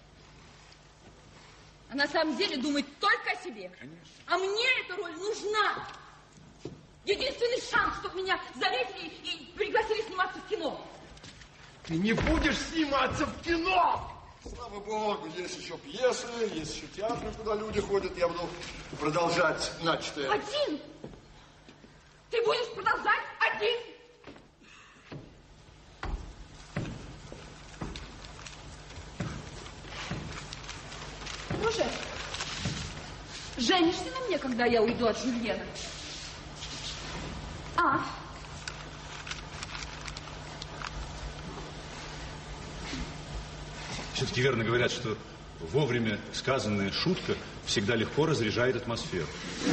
S10: А на самом деле думает только о себе.
S7: Конечно.
S10: А мне эта роль нужна. Единственный шанс, чтобы меня заметили и пригласили сниматься в кино.
S9: Ты не будешь сниматься в кино! Слава богу, есть еще пьесы, есть еще театры, куда люди ходят. Я буду продолжать начатое.
S10: Один? Ты будешь продолжать один? Ну же, женишься на мне, когда я уйду от Жюльена? А?
S7: Все-таки верно говорят, что вовремя сказанная шутка всегда легко разряжает атмосферу.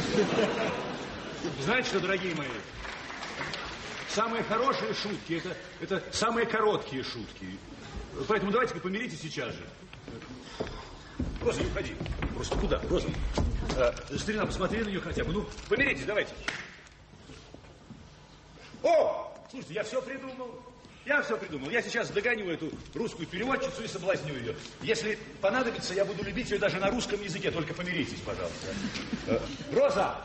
S7: Знаете что, дорогие мои? Самые хорошие шутки это, – это самые короткие шутки. Поэтому давайте-ка помиритесь сейчас же. Роза, не уходи. Просто куда? Роза. А, старина, посмотри на нее хотя бы. Ну, помиритесь, давайте. О! Слушайте, я все придумал. Я все придумал. Я сейчас догоню эту русскую переводчицу и соблазню ее. Если понадобится, я буду любить ее даже на русском языке. Только помиритесь, пожалуйста. А, Роза!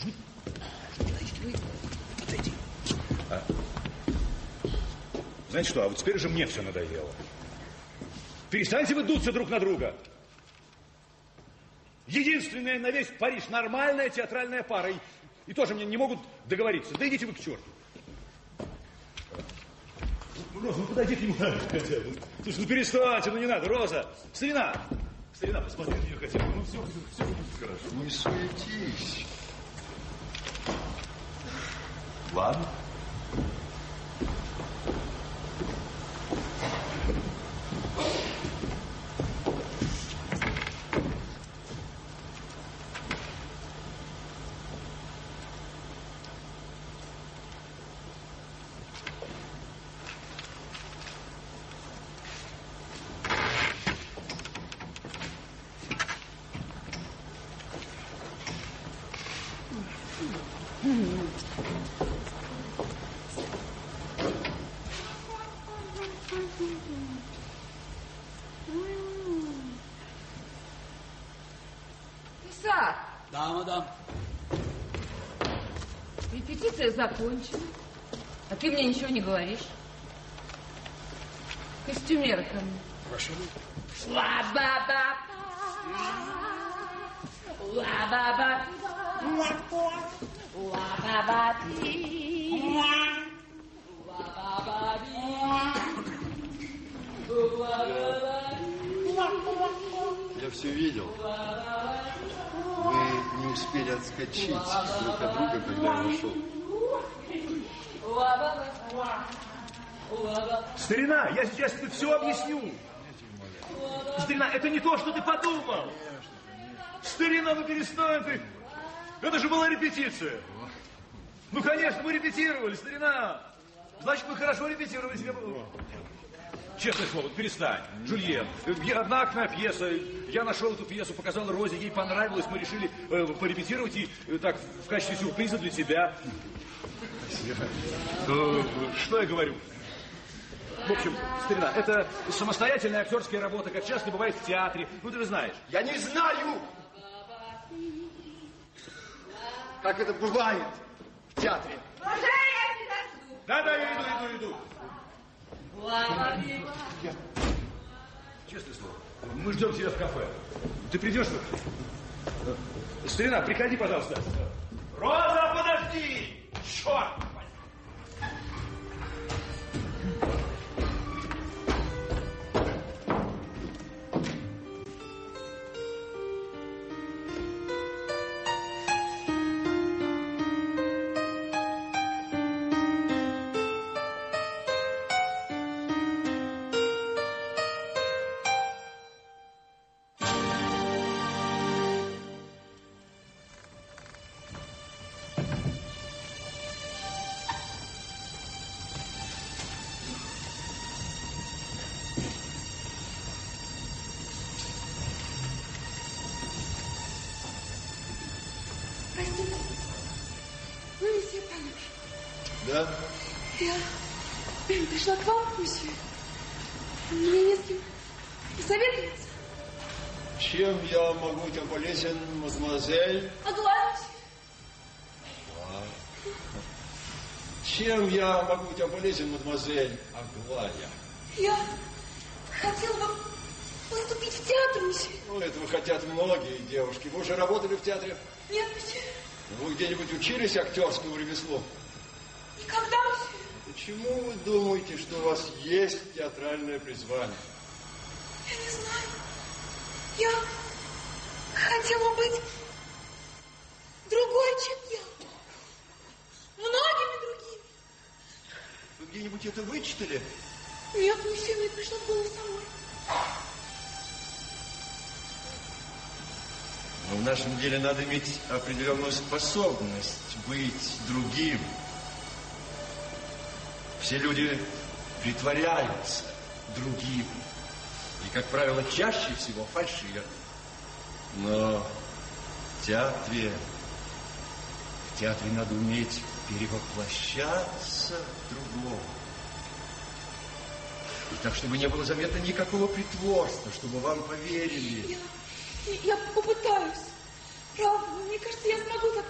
S7: Подойди. А. Знаете что, а вот теперь уже мне все надоело. Перестаньте вы дуться друг на друга. Единственная на весь Париж нормальная театральная пара. И, и тоже мне не могут договориться. Да идите вы к черту. Роза, ну подойди к нему хотя бы. Слушай, ну перестаньте, ну не надо, Роза. Старина, старина, посмотри на нее хотя бы. Ну все, все, все будет хорошо.
S9: Не суетись.
S7: Ладно.
S10: Исаак,
S11: Да, мадам.
S10: репетиция закончена. А ты мне ничего не говоришь. Костюмер ко мне.
S11: Хорошо.
S10: Ла-ба-ба. Ла-ба-ба. Ла-ба-ба-ти.
S9: Я все видел. Вы не успели отскочить друг от друга, когда я вошел.
S7: Старина, я сейчас тебе все объясню. Старина, это не то, что ты подумал. Старина, ну перестань ты. Это же была репетиция. Ну, конечно, мы репетировали, старина. Значит, мы хорошо репетировали. Честное слово, перестань. Жюльен, одноактная пьеса. Я нашел эту пьесу, показал Розе, ей понравилось. Мы решили э, порепетировать и э, так в качестве сюрприза для тебя. Э, что я говорю? В общем, старина, это самостоятельная актерская работа, как часто бывает в театре. Ну, ты же знаешь.
S9: Я не знаю, как это бывает в театре.
S7: Да-да, я иду, иду, иду. Я... Честное слово, мы ждем тебя в кафе. Ты придешь? Старина, приходи, пожалуйста. Роза, подожди! Черт!
S9: Да?
S10: Я пришла к вам, месье. Мне не с кем посоветоваться.
S9: Чем я могу тебе полезен, мадемуазель?
S10: Аглая.
S9: Чем я могу тебе полезен, мадемуазель Аглая?
S10: Я хотела бы поступить в театр, месье.
S9: Ну, этого хотят многие девушки. Вы уже работали в театре?
S10: Нет, месье.
S9: Вы где-нибудь учились актерскому ремеслу?
S10: Никогда, месье.
S9: Почему вы думаете, что у вас есть театральное призвание?
S10: Я не знаю. Я хотела быть другой, чем я. Многими другими.
S9: Вы где-нибудь это вычитали?
S10: Нет, месье, мне пришло в голову самой.
S9: Но в нашем деле надо иметь определенную способность быть другим. Все люди притворяются другим. И, как правило, чаще всего фальшивят. Но в театре, в театре надо уметь перевоплощаться в другого. И так, чтобы не было заметно никакого притворства, чтобы вам поверили.
S10: Я, я попытаюсь. Правда, мне кажется, я смогу так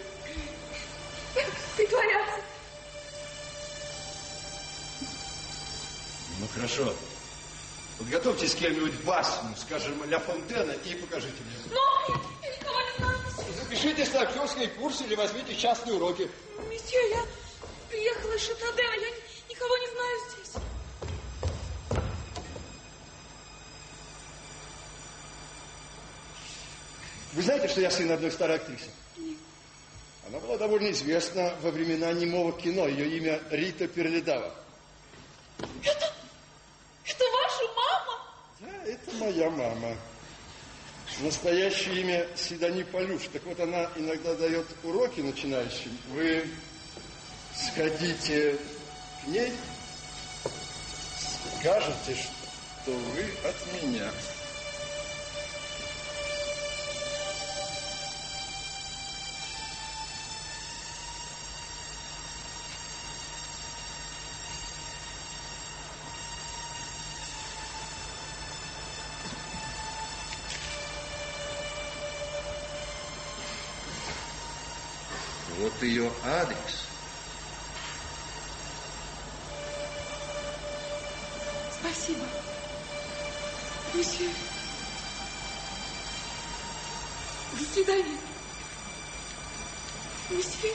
S10: притворяться.
S9: Ну, хорошо. Подготовьте с кем-нибудь басню, скажем, Ля Фонтена, и покажите мне.
S10: Но я никого не знаю.
S9: Запишитесь на актерский курс или возьмите частные уроки.
S10: Месье, я приехала из Шатадена, я никого не знаю здесь.
S9: Вы знаете, что я сын одной старой актрисы?
S10: Нет.
S9: Она была довольно известна во времена немого кино. Ее имя Рита Перлидава.
S10: Это, это ваша мама?
S9: Да, это моя мама. Настоящее имя Сидони Полюш. Так вот, она иногда дает уроки начинающим. Вы сходите к ней, скажете, что вы от меня.
S6: Вот ее адрес.
S10: Спасибо. Месье. До свидания. Месье.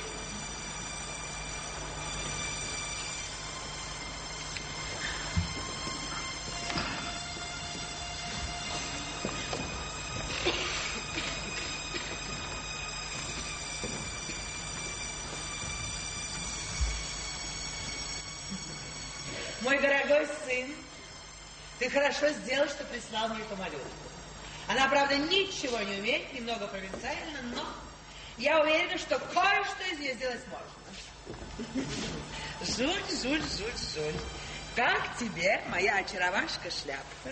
S12: Мой дорогой сын, ты хорошо сделал, что прислал мне эту малютку. Она, правда, ничего не умеет, немного провинциально, но я уверена, что кое-что из нее сделать можно. Жуль, Жуль, Жуль, Жуль. Как тебе моя очаровашка шляпка?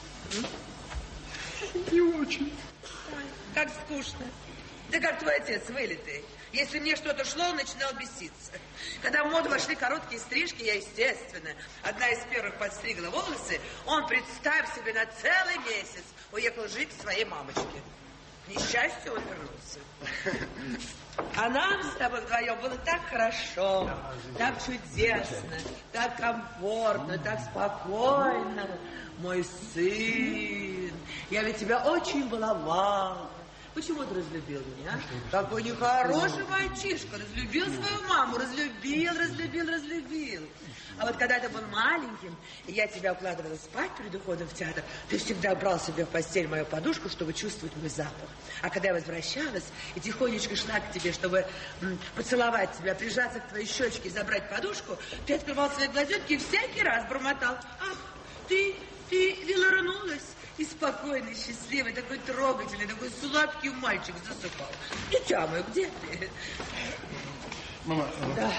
S9: Не очень.
S12: Ой, как скучно. Да как твой отец вылитый. Если мне что-то шло, он начинал беситься. Когда в моду вошли короткие стрижки, я, естественно, одна из первых подстригла волосы, он, представь себе, на целый месяц уехал жить к своей мамочке. К несчастью, он вернулся. А нам с тобой вдвоем было так хорошо, так чудесно, так комфортно, так спокойно. Мой сын, я ведь тебя очень баловала. Почему ты разлюбил меня? Какой нехороший мальчишка. Разлюбил свою маму. Разлюбил, разлюбил, разлюбил. А вот когда ты был маленьким, и я тебя укладывала спать перед уходом в театр, ты всегда брал себе в постель мою подушку, чтобы чувствовать мой запах. А когда я возвращалась и тихонечко шла к тебе, чтобы м, поцеловать тебя, прижаться к твоей щечке и забрать подушку, ты открывал свои глазенки и всякий раз бормотал: ах, ты, ты велорнулась. И спокойный, счастливый, такой трогательный, такой сладкий мальчик засыпал. Дитя мое, где ты?
S9: Мама.
S12: Да.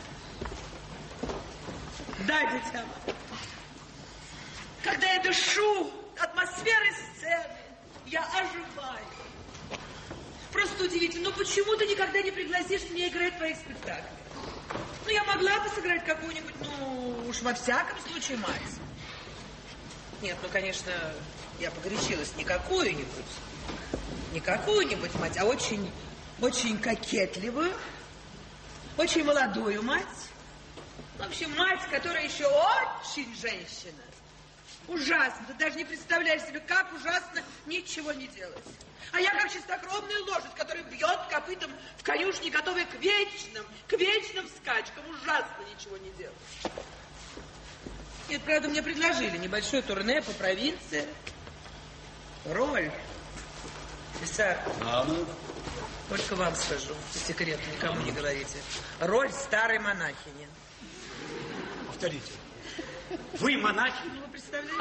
S12: Да, дитя мое. Когда я дышу атмосферой сцены, я оживаю. Просто удивительно, но почему ты никогда не пригласишь меня играть в твоих спектаклях? Ну, я могла бы сыграть какую-нибудь, ну, уж во всяком случае, мать. Нет, ну, конечно, я погорячилась. Не какую-нибудь, не какую-нибудь мать, а очень, очень кокетливую, очень молодую мать. В общем, мать, которая еще очень женщина. Ужасно. Ты даже не представляешь себе, как ужасно ничего не делать. А я как чистокровная лошадь, которая бьет копытом в конюшне, готовая к вечным, к вечным скачкам. Ужасно ничего не делать. Нет, правда, мне предложили небольшое турне по провинции. Роль. Писар.
S11: Мама.
S12: Только вам скажу, по секрету, никому не говорите. Роль старой монахини.
S11: Повторите. Вы монахиня?
S12: Ну, вы представляете?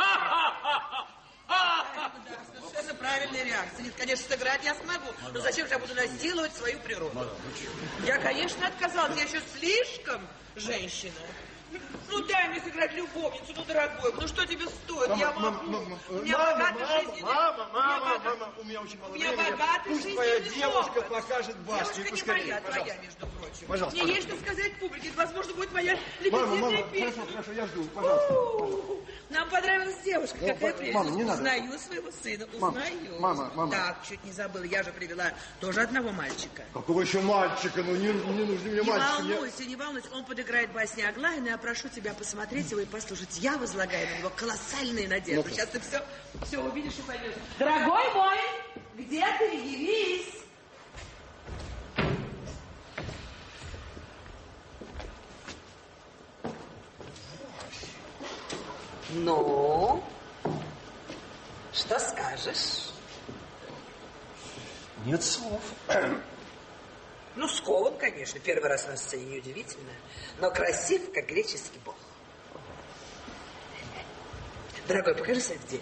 S12: Да, совершенно правильная реакция. Нет, конечно, сыграть я смогу, но зачем же я буду насиловать свою природу? Я, конечно, отказалась, я еще слишком женщина. Ну, дай мне сыграть любовницу, ну, дорогой, ну, что тебе стоит?
S9: Мама,
S12: Я могу.
S9: мама, мама,
S12: У меня
S9: мама,
S12: богатый
S9: мама,
S12: жизненный...
S9: мама, мама,
S12: у меня
S9: мама, у меня очень мало
S12: У меня
S9: времени.
S12: богатый
S9: Пусть твоя
S12: жизненный
S9: девушка
S12: опыт.
S9: покажет Бастию
S12: Девушка не
S9: поскорее,
S12: моя, твоя,
S9: пожалуйста.
S12: между прочим.
S9: Пожалуйста,
S12: Мне
S9: пожалуйста.
S12: есть что сказать публике. Это, возможно, будет моя
S9: Мама,
S12: лебединая
S9: мама,
S12: песня.
S9: хорошо, хорошо, я жду, пожалуйста.
S12: У-у-у. Нам понравилась девушка,
S9: Ну,
S12: какая
S9: по-
S12: прелесть.
S9: мама, не надо.
S12: Узнаю своего сына,
S9: Мама,
S12: узнаю.
S9: мама, мама.
S12: Так, чуть не забыла, я же привела тоже одного мальчика.
S9: Какого еще мальчика? Ну, не, не нужны мне
S12: Не
S9: мальчики. мне-
S12: волнуйся, не волнуйся, он подыграет басни Аглаина, я прошу тебя посмотреть его и послушать. Я возлагаю на него колоссальные надежды.
S9: Ну-ка.
S12: Сейчас ты все, все увидишь и поймешь. Дорогой мой, где ты? Явись. Ну, что скажешь?
S9: Нет слов.
S12: Ну, скован, конечно, первый раз на сцене неудивительно, но красив, как греческий бог. Дорогой, покажи совпадение.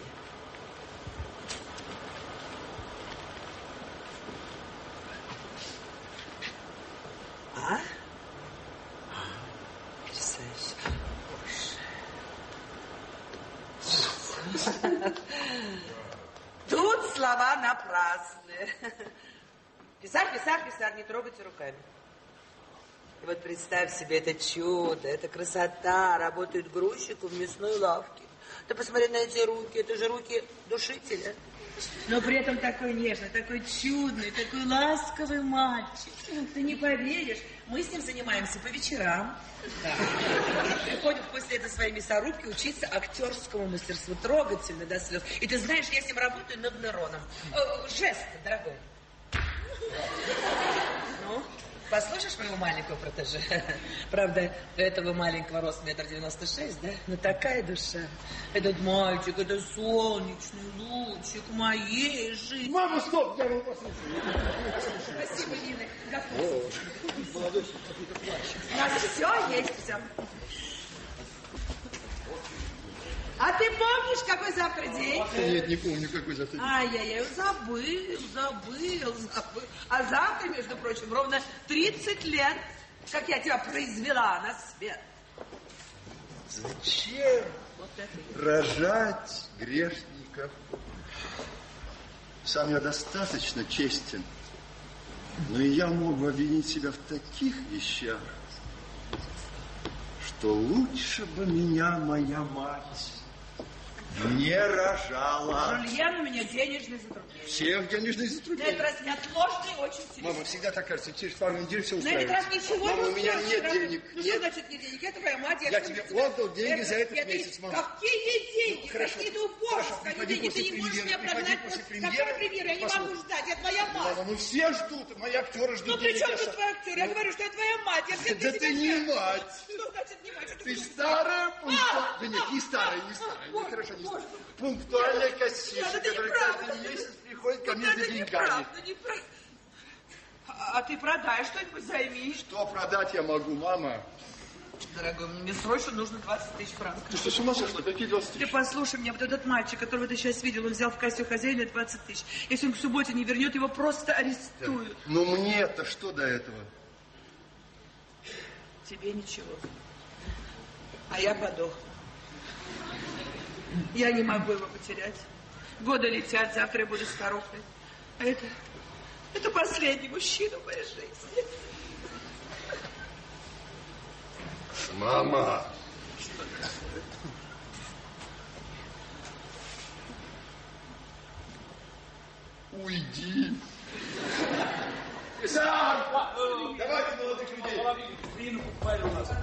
S12: А? Потрясающе. Боже. Тут слова напрасны. Писар, писар, писар, не трогайте руками. И вот представь себе это чудо, эта красота, работает грузчиком в мясной лавке. Ты посмотри на эти руки, это же руки душителя. Но при этом такой нежный, такой чудный, такой ласковый мальчик. Ты не поверишь, мы с ним занимаемся по вечерам. Да. Приходит после этой своей мясорубки учиться актерскому мастерству, трогательно до слез. И ты знаешь, я с ним работаю над нейроном. Э, жесты, дорогой. Ну, послушаешь моего маленького протеже? Правда, у этого маленького рост метр девяносто шесть, да? Но такая душа. Этот мальчик, это солнечный лучик моей жизни.
S9: Мама, стоп! Я его послушаю.
S12: Спасибо, милый.
S9: О, молодой, какой-то плащ.
S12: У нас все есть, все. А ты помнишь, какой завтра день?
S9: Нет, не помню, какой завтра день.
S12: Ай-яй-яй, забыл, забыл, забыл. А завтра, между прочим, ровно тридцать лет, как я тебя произвела на свет.
S9: Зачем
S12: Вот это.
S9: рожать грешников? Сам я достаточно честен, но и я мог бы обвинить себя в таких вещах, что лучше бы меня моя мать не рожала.
S12: Жульен, у меня денежный затруднение.
S9: Всех денежных
S12: На
S9: затруднений.
S12: этот раз неотложный, очень серьезный.
S9: Мама, всегда так кажется, через пару недель все
S12: На
S9: устраивает.
S12: этот раз ничего
S9: Мама,
S12: не
S9: у меня
S12: устроит,
S9: нет
S12: дорогой.
S9: денег.
S12: Ну
S9: Нет.
S12: что значит нет денег? Я твоя мать.
S9: Я тебе отдал деньги за этот
S12: Я-
S9: месяц, мама.
S12: Какие деньги?
S9: Хорошо.
S12: Какие-то
S9: Хорошо,
S12: убожеские
S9: приходи
S12: деньги. Ты
S9: после
S12: не можешь
S9: премьеры,
S12: меня
S9: приходи
S12: прогнать.
S9: после
S12: Вот
S9: премьеры.
S12: какая премьера? Я не
S9: Послушай.
S12: могу ждать. Я твоя мать.
S9: Мама, ну все ждут, мои актеры ждут.
S12: Ну при
S9: денег,
S12: чем
S9: я
S12: тут
S9: сам.
S12: твой актер? Я
S9: Ну,
S12: говорю, что я твоя мать. Я всех
S9: Да
S12: для
S9: ты
S12: тебя
S9: не
S12: знаю.
S9: мать.
S12: Что значит не мать? Что
S9: Ты
S12: такое?
S9: старая пунктуальная...
S12: А!
S9: Да нет, не старая, не старая. Ну,
S12: Боже,
S9: хорошо, не
S12: боже.
S9: старая. Пунктуальная кассирша,
S12: Да, это
S9: которая
S12: неправда.
S9: каждый месяц приходит ко
S12: Вот
S9: мне за
S12: это
S9: деньгами.
S12: неправда, неправда. А, а ты продай что-нибудь, займи.
S9: Что продать я могу, мама?
S12: Дорогой, мне срочно нужно двадцать тысяч франков.
S9: Ты что, с ума сошла? Какие двадцать
S12: Ты
S9: тысяч?
S12: послушай меня, вот этот мальчик, которого ты сейчас видел, он взял в кассе у хозяина двадцать тысяч. Если он к субботе не вернет, его просто арестуют.
S9: Ну мне-то что до этого?
S12: Тебе ничего. А я подохну. Я не могу его потерять. Годы летят, завтра я буду старухой. А это, это последний мужчина в моей жизни.
S9: Мама. Уйди.
S2: Сам!
S9: Давайте молодых людей.
S8: Вину покупали у нас.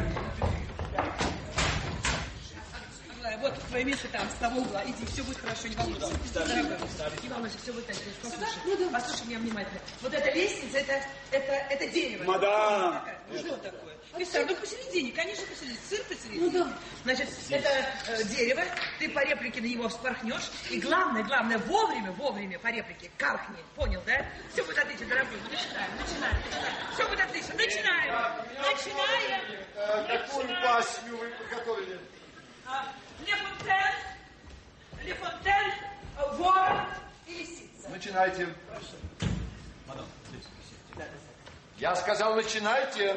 S12: Аглая, вот твое место там, с того угла. Иди, все будет хорошо, не волнуйся. Дорогой, не волнуйся, все будет так. Послушай, послушай меня внимательно. Вот эта лестница, это, это, это дерево.
S8: Мадам!
S12: Ну что такое? Писар, ну посередине, конечно, посередине. Сыр посередине. Ну да. Значит, это э, дерево, ты по реплике на него вспорхнешь. И главное, главное, вовремя, вовремя по реплике каркни. Понял, да? Все будет отлично, дорогой. Начинаем, начинаем, начинаем. Все будет отлично. Начинаем. Начинаем.
S9: Какую басню вы подготовили?
S12: Ле Фонтен, Ле Фонтен, ворон и лисица.
S9: Начинайте.
S8: Мадам, здесь.
S12: Да, да,
S9: Я сказал, начинайте.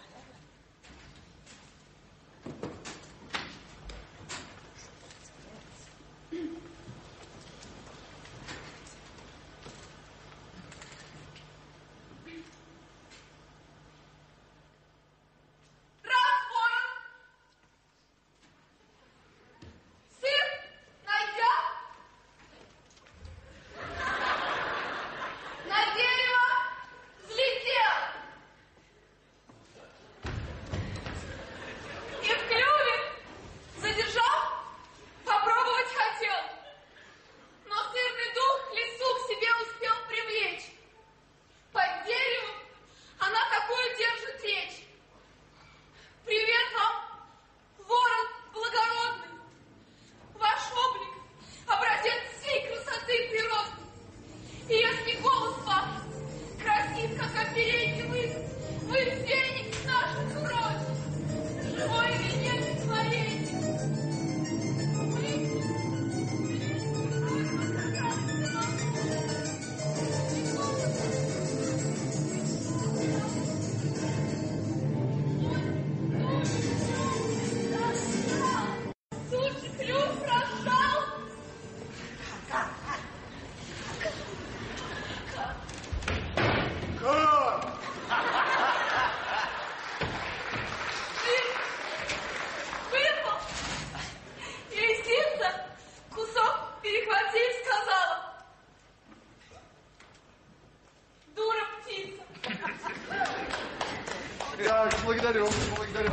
S9: Благодарю, благодарю.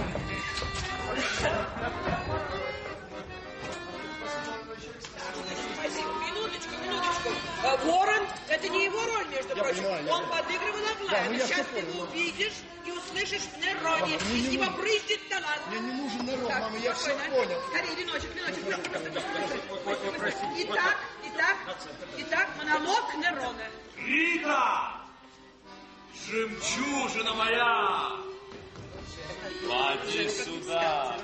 S12: Спасибо. Минуточку, минуточку. А, Ворон, это не его роль, между
S9: Я
S12: прочим.
S9: понимаю,
S12: Он
S9: я...
S12: подыгрывал Аглае.
S9: Да, ну
S12: Но
S9: я
S12: сейчас
S9: все
S12: ты
S9: понял,
S12: его
S9: но-
S12: увидишь и услышишь в Нероне.
S9: Мама, мне
S12: Из
S9: не
S12: него
S9: нужно.
S12: брызжет талант.
S9: Мне не нужен Нерон,
S12: Так,
S9: мама, я все
S12: спокойно.
S9: понял.
S12: Скорее, веночек, веночек. Просто, просто, просто. Итак, итак, итак, монолог Нерона.
S8: Рита! Жемчужина моя! Поди сюда!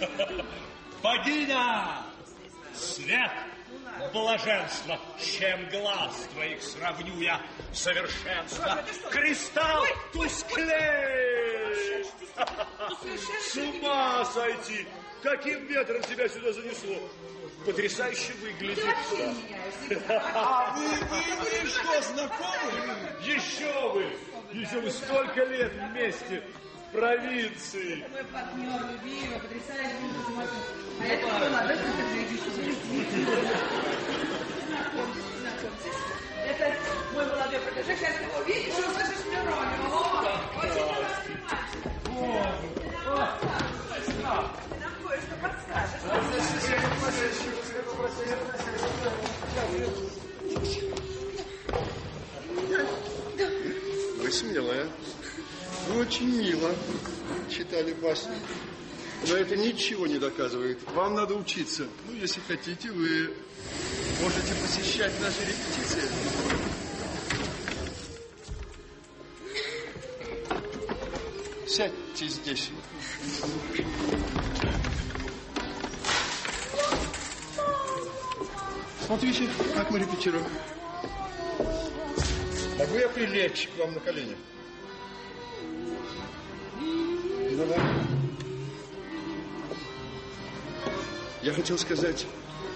S8: Богиня! Свет! Блаженство! Чем глаз твоих сравню я совершенство? Кристалл тусклеет! С ума сойти! Каким ветром тебя сюда занесло? Потрясающе выглядит.
S9: А вы, вы, вы что, знакомы?
S5: Еще вы! Еще вы столько лет вместе в провинции.
S12: Мой партнер, любимый, потрясающий. А это мой молодой Это мой молодой протеже. Сейчас ты его увидишь и услышишь в Нероне. О, очень хорошо. Ты нам кое-что подскажешь.
S9: Вы смелая. Вы очень мило читали басни. Но это ничего не доказывает. Вам надо учиться. Ну, если хотите, вы можете посещать наши репетиции. Сядьте здесь. Смотрите, как мы репетируем. Могу я прилечь к вам на колени? Давай. Я хотел сказать,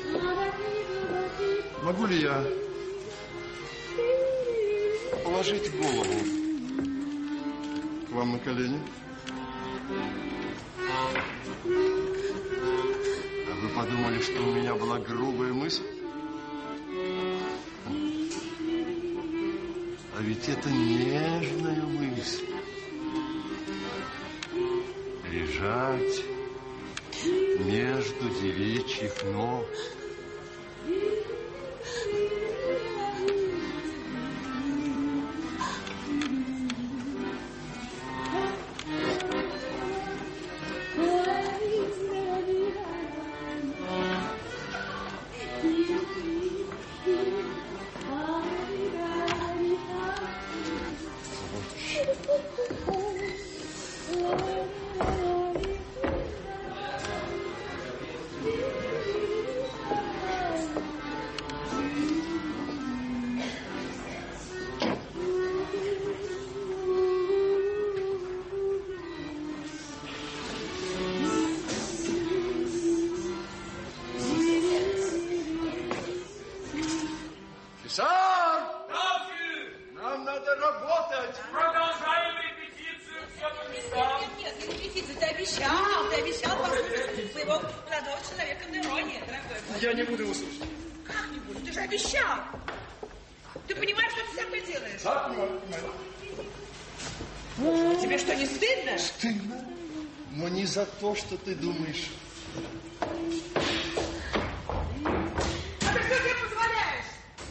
S9: могу ли я положить голову к вам на колени?
S3: А вы подумали, что у меня была грубая мысль? А ведь это нежная мысль. Лежать между девичьих ног.
S2: Я не буду его слушать.
S12: Как не буду? Ты же обещал. Ты понимаешь, что ты с собой делаешь?
S2: Да, понимаю,
S12: понимаю. Тебе что, не стыдно?
S9: Стыдно, но не за то, что ты думаешь.
S12: А ты что себе позволяешь?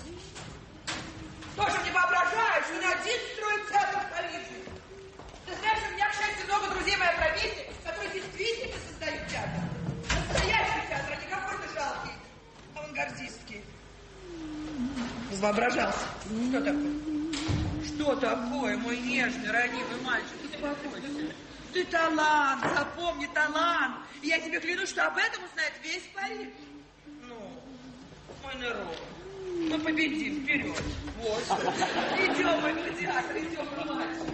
S12: Тоже не воображаешь, что не один строит театр в Париже. Ты знаешь, у меня, к счастью, много друзей моей профессии, которые действительно создают театр. Настоящий театр, а не какой-то жалкий, авангардистский. Воображался. Что такое? Что такое, мой нежный, ранимый мальчик? Успокойся. Ты талант, запомни, талант. И я тебе клянусь, что об этом узнает весь Париж. Ну, мой народ, мы победим, вперед. Вот. Идем, мой гладиатор, идем, мой мальчик.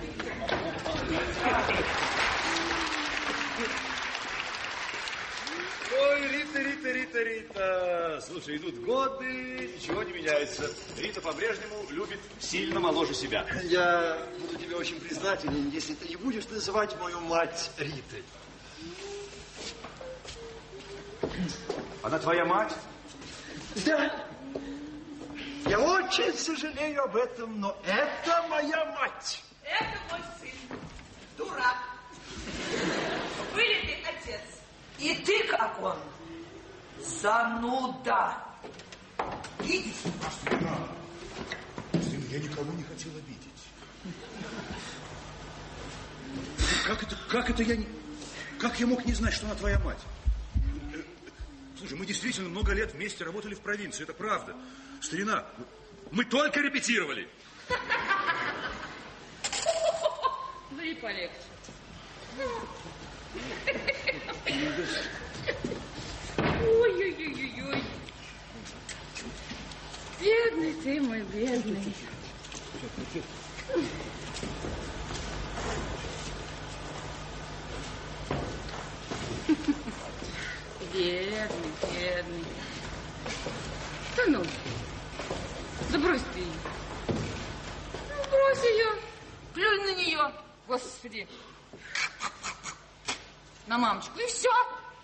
S7: Ой, Рита, Рита, Рита, Рита. Слушай, идут годы, ничего не меняется. Рита по-прежнему любит сильно моложе себя.
S9: Я буду тебе очень признателен, если ты не будешь называть мою мать Ритой.
S7: Она твоя мать?
S9: Да. Я очень сожалею об этом, но это моя мать.
S12: Это мой сын. Дурак. Вылитый отец. И ты, как он, зануда. Видишь?
S5: Сын, я никого не хотел обидеть. Как это, как это я не... Как я мог не знать, что она твоя мать? Слушай, мы действительно много лет вместе работали в провинции, это правда. Старина, мы только репетировали.
S10: Говори полегче. Ой-ой-ой-ой-ой. Бедный ты мой, бедный. Бедный, бедный. Да ну, да брось ты ее. Ну, брось ее, плюнь на нее. Господи. На мамочку, и все.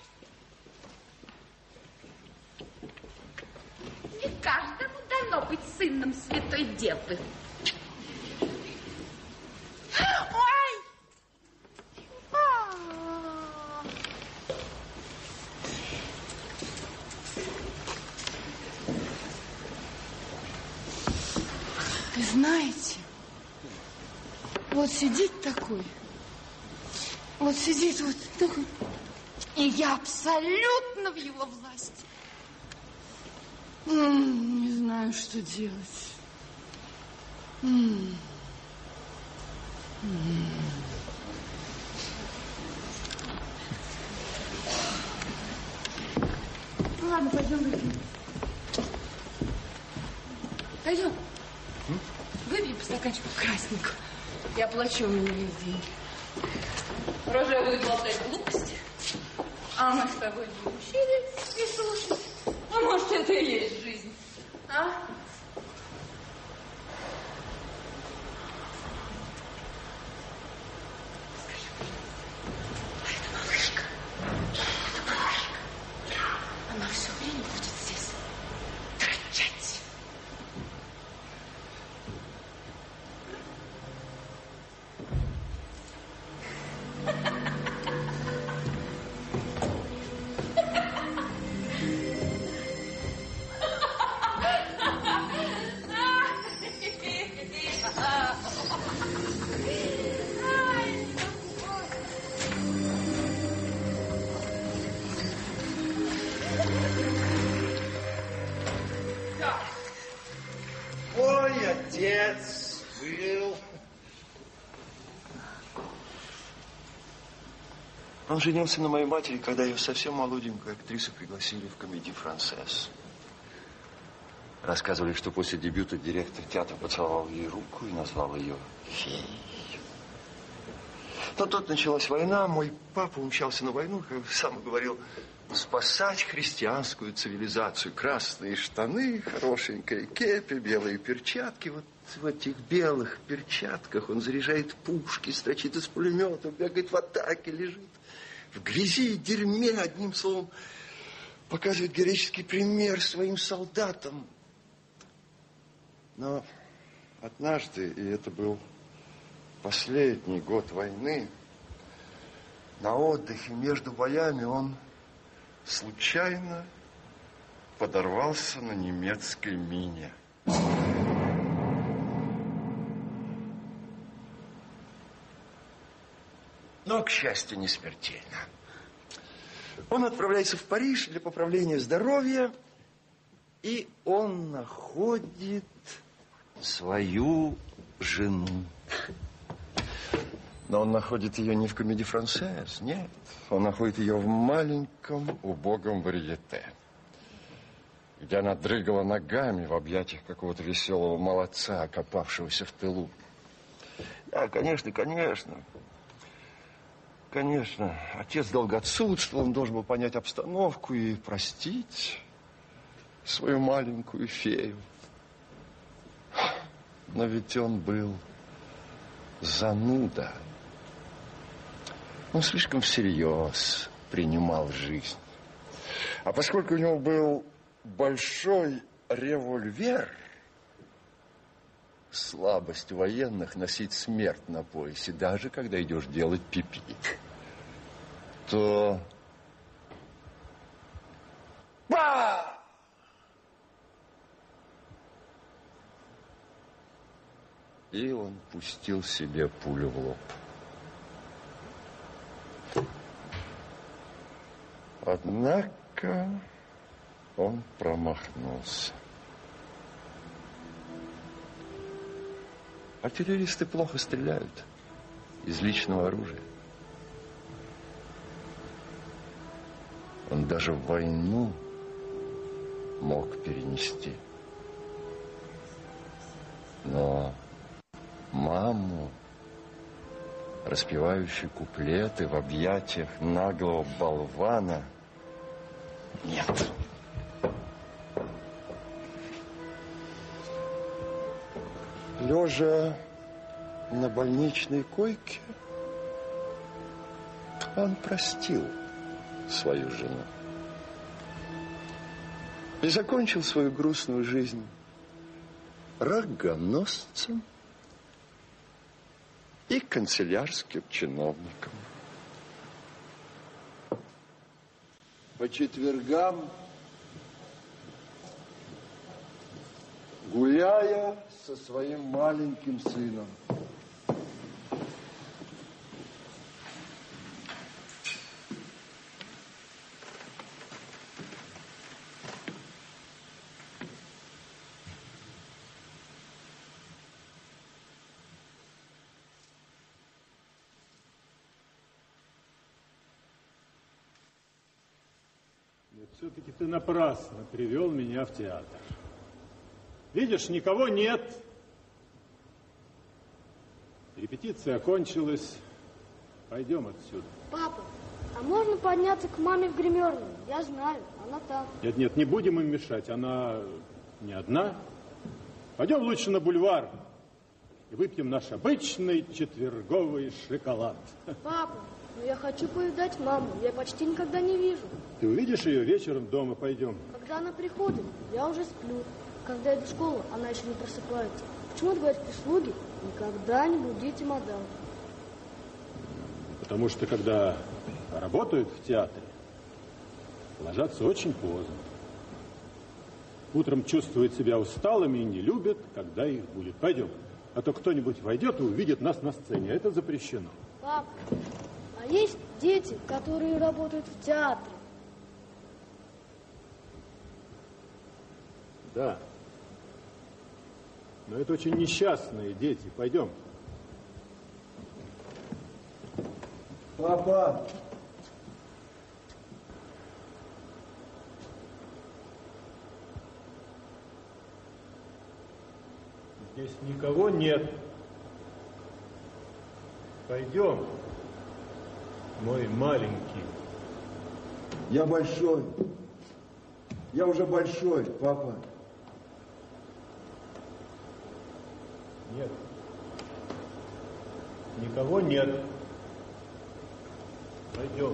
S13: Не каждому дано быть сыном святой девы. Ой! А-а-а.
S10: Вы знаете, вот сидит такой, вот сидит вот такой, и я абсолютно в его власти. М-м, не знаю, что делать. М-м. М-м. Ну, ладно, пойдем выпьем. Пойдем. Выпьем по стаканчику красненького. Я плачу, у меня есть деньги. Рожа будет болтать глупости, а мы с тобой будем щелить и слушать. А может, это и есть жизнь, а? Скажи, а это малышка?
S13: все время будет здесь торчать.
S9: Мой отец был...
S3: Он женился на моей матери, когда ее совсем молоденькую актрису пригласили в комедию «Францесс». Рассказывали, что после дебюта директор театра поцеловал ей руку и назвал ее феей. Но тут началась война, мой папа умчался на войну, как сам говорил, спасать христианскую цивилизацию. Красные штаны, хорошенькая кепи, белые перчатки. Вот в этих белых перчатках он заряжает пушки, строчит из пулеметов, бегает в атаке, лежит в грязи и дерьме, одним словом, показывает героический пример своим солдатам. Но однажды, и это был последний год войны, на отдыхе между боями он случайно подорвался на немецкой мине. Но, к счастью, не смертельно. Он отправляется в Париж для поправления здоровья, и он находит свою жену. Но он находит ее не в комедии «Францесс», нет. Он находит ее в маленьком убогом варьете, где она дрыгала ногами в объятиях какого-то веселого молодца, окопавшегося в тылу. Да, конечно, конечно. Конечно, отец долго отсутствовал, он должен был понять обстановку и простить свою маленькую фею. Но ведь он был зануда. Он слишком всерьез принимал жизнь. А поскольку у него был большой револьвер, слабость военных носить смерть на поясе, даже когда идешь делать пипи, то... Ба! И он пустил себе пулю в лоб. Однако он промахнулся. Артиллеристы плохо стреляют из личного оружия. Он даже войну мог перенести. Но маму, распевающую куплеты в объятиях наглого болвана, нет. Лежа на больничной койке, он простил свою жену и закончил свою грустную жизнь рогоносцем и канцелярским чиновником. По четвергам, гуляя со своим маленьким сыном,
S14: все-таки ты напрасно привел меня в театр. Видишь, никого нет. Репетиция окончилась. Пойдем отсюда.
S15: Папа, а можно подняться к маме в гримерную? Я знаю, она там.
S14: Нет, нет, не будем им мешать. Она не одна. Пойдем лучше на бульвар и выпьем наш обычный четверговый шоколад.
S15: Папа, Но я хочу повидать маму. Я почти никогда не вижу.
S14: Ты увидишь ее вечером дома, пойдем.
S15: Когда она приходит, я уже сплю. Когда иду в школу, она еще не просыпается. Почему-то говорят прислуги, никогда не будите мадам.
S14: Потому что, когда работают в театре, ложатся очень поздно. Утром чувствуют себя усталыми и не любят, когда их будет. Пойдем. А то кто-нибудь войдет и увидит нас на сцене. Это запрещено.
S15: Пап, а есть дети, которые работают в театре?
S14: Да. Но это очень несчастные дети. Пойдем.
S9: Папа!
S14: Здесь никого нет. Пойдем, мой маленький.
S9: Я большой. Я уже большой, папа.
S14: Нет. Никого нет. Пойдем.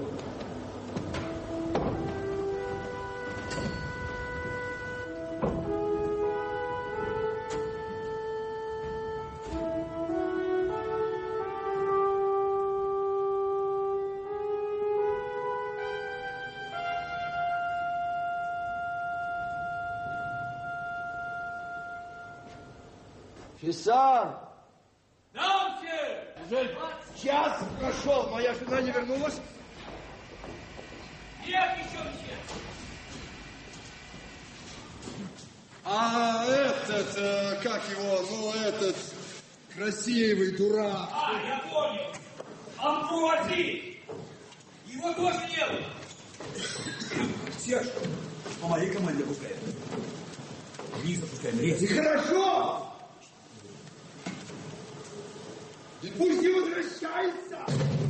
S9: Фисар!
S8: Да, все!
S9: Уже час прошел, моя жена не вернулась.
S8: Нет, еще все!
S9: А этот, э, как его, ну этот, красивый дурак.
S8: А, я понял. Амбруази! Его тоже не было.
S11: Серж, по моей команде пускаем. Вниз опускаем, резко.
S9: И хорошо! И пусть не возвращается!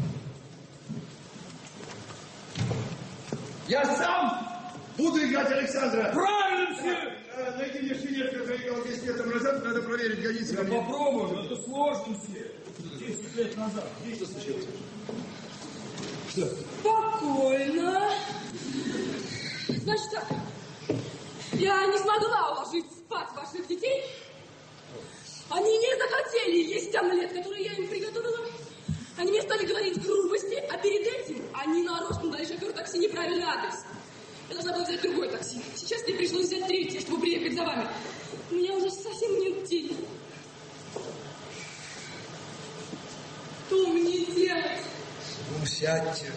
S9: Я сам буду играть Александра!
S8: Правильно все!
S9: Найди мне шинель, который играл десять лет назад, надо проверить, годится.
S8: Я попробую, но это сложно все. десять лет назад.
S9: Что случилось?
S4: Что? Спокойно. Значит так, я не смогла уложить спать ваших детей. Они не захотели есть омлет, который я им приготовила. Они мне стали говорить грубости, а перед этим они нарочно дали шоферу такси неправильный адрес. Я должна была взять другое такси. Сейчас мне пришлось взять третье, чтобы приехать за вами. У меня уже совсем нет денег. Что мне делать?
S9: Ну, сядьте.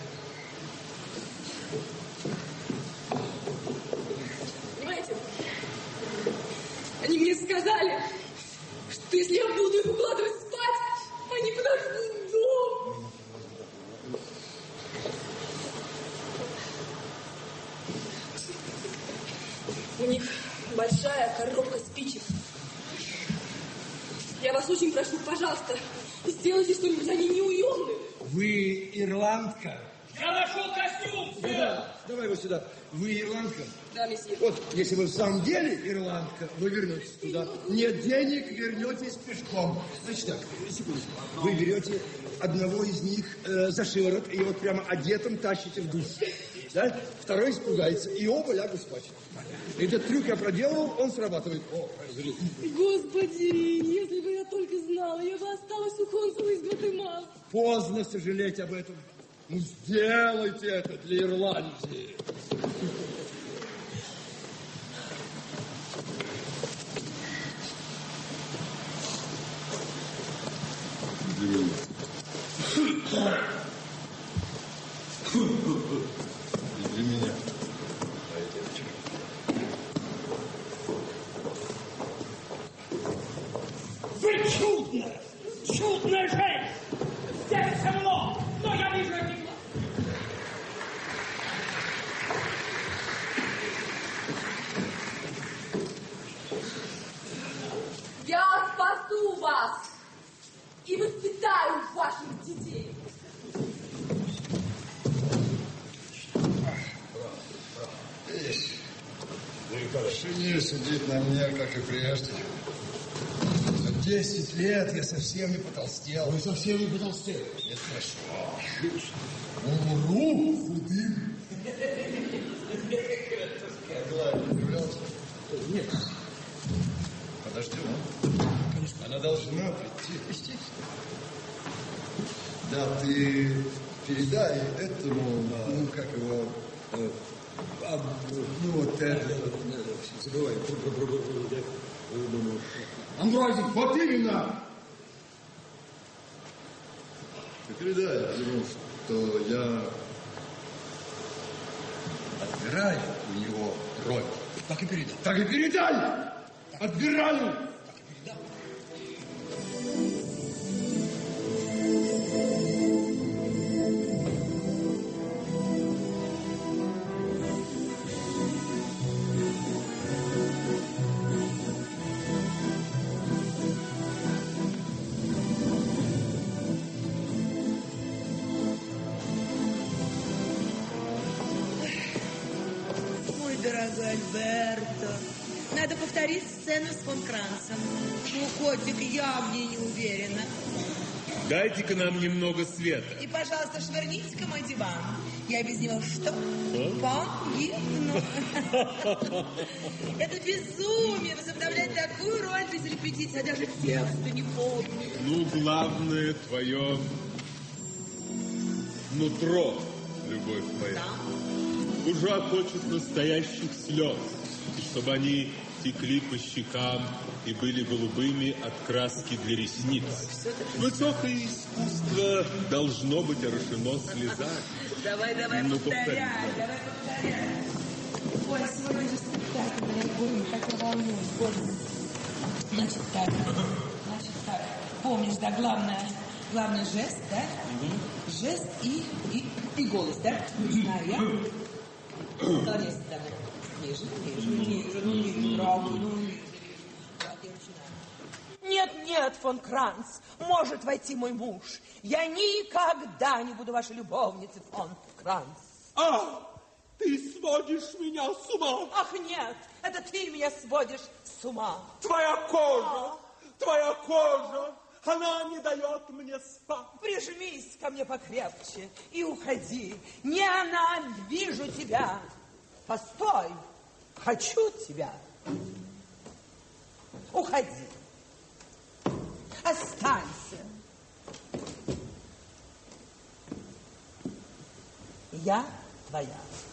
S4: Понимаете? Они мне сказали, что если я буду их укладывать спать, они подожгут дом. У них большая коробка спичек. Я вас очень прошу, пожалуйста, сделайте что-нибудь, они неуемны.
S9: Вы ирландка?
S8: Я нашел костюм!
S9: Ну, да, давай его сюда. Вы ирландка?
S4: Да, месье.
S9: Вот, если вы в самом деле ирландка, вы вернетесь туда. Нет денег, вернетесь пешком. Значит так, секундочку. Вы берете одного из них э, за шиворот и вот прямо одетым тащите в душ. Да? Второй испугается, и оба лягут спать. Этот трюк я проделал, он срабатывает. О,
S4: Господи, если бы я только знала, я бы осталась у консула из Гватемалы.
S9: Поздно сожалеть об этом. Ну, сделайте это для Ирландии.
S5: Для меня. И для меня.
S8: Вы чудная, чудная женщина! Сердце много, но я вижу эти глаза.
S4: Я спасу вас и воспитаю ваших детей.
S9: Шинель сидит на мне, как и прежде. десять лет я совсем не потолстел.
S11: Вы совсем не потолстели.
S9: Это хорошо. Отлично. Умру худым.
S11: Нет.
S9: Подождем. Конечно. Она должна прийти. Естественно. Да, ты передай этому, ну, как его, э, а, ну, вот это.
S11: Забывай.
S9: Амброзий, вот именно! Ты передай ему, что я отбираю у него роль.
S11: Так и передай.
S9: Так и передай! Отбираю!
S11: Так и передай.
S12: Мой дорогой Альберто, надо повторить сцену с фон Кранцем. Ну, котик, я в ней не уверена.
S16: Дайте-ка нам немного света.
S12: И, пожалуйста, швырните-ка мой диван. Я без него что?
S16: А?
S12: Погибну. Это безумие, возобновлять такую роль без репетиции, я даже текста не помню.
S16: Ну, главное твое нутро, любовь моя.
S12: Да?
S16: Уже хочет настоящих слез, и чтобы они текли по щекам и были голубыми от краски для ресниц. Высокое искусство должно быть орошено слезами.
S12: Давай, давай,
S16: Ну,
S12: повторяй,
S16: повторяй.
S12: давай, повторяй. Ой, сегодня же спектакль, дорогой, как я волнуюсь, Господи. Значит так, значит так. Помнишь, да, главное, главный жест, да? Жест и, и, и голос, да? Знаю я. Наклоняйся домой. Ниже, ниже, ниже, ну ниже, дорогой, ну ниже. Так, я начинаю. Нет, нет, фон Кранц, может войти мой муж. Я никогда не буду вашей любовницей, фон Кранц.
S16: А, ты сводишь меня с ума.
S12: Ах, нет, это ты меня сводишь с ума.
S16: Твоя кожа, твоя кожа, она не дает мне спать.
S12: Прижмись ко мне покрепче и уходи. Ненавижу тебя. Постой, хочу тебя. Уходи. Останься. Я твоя.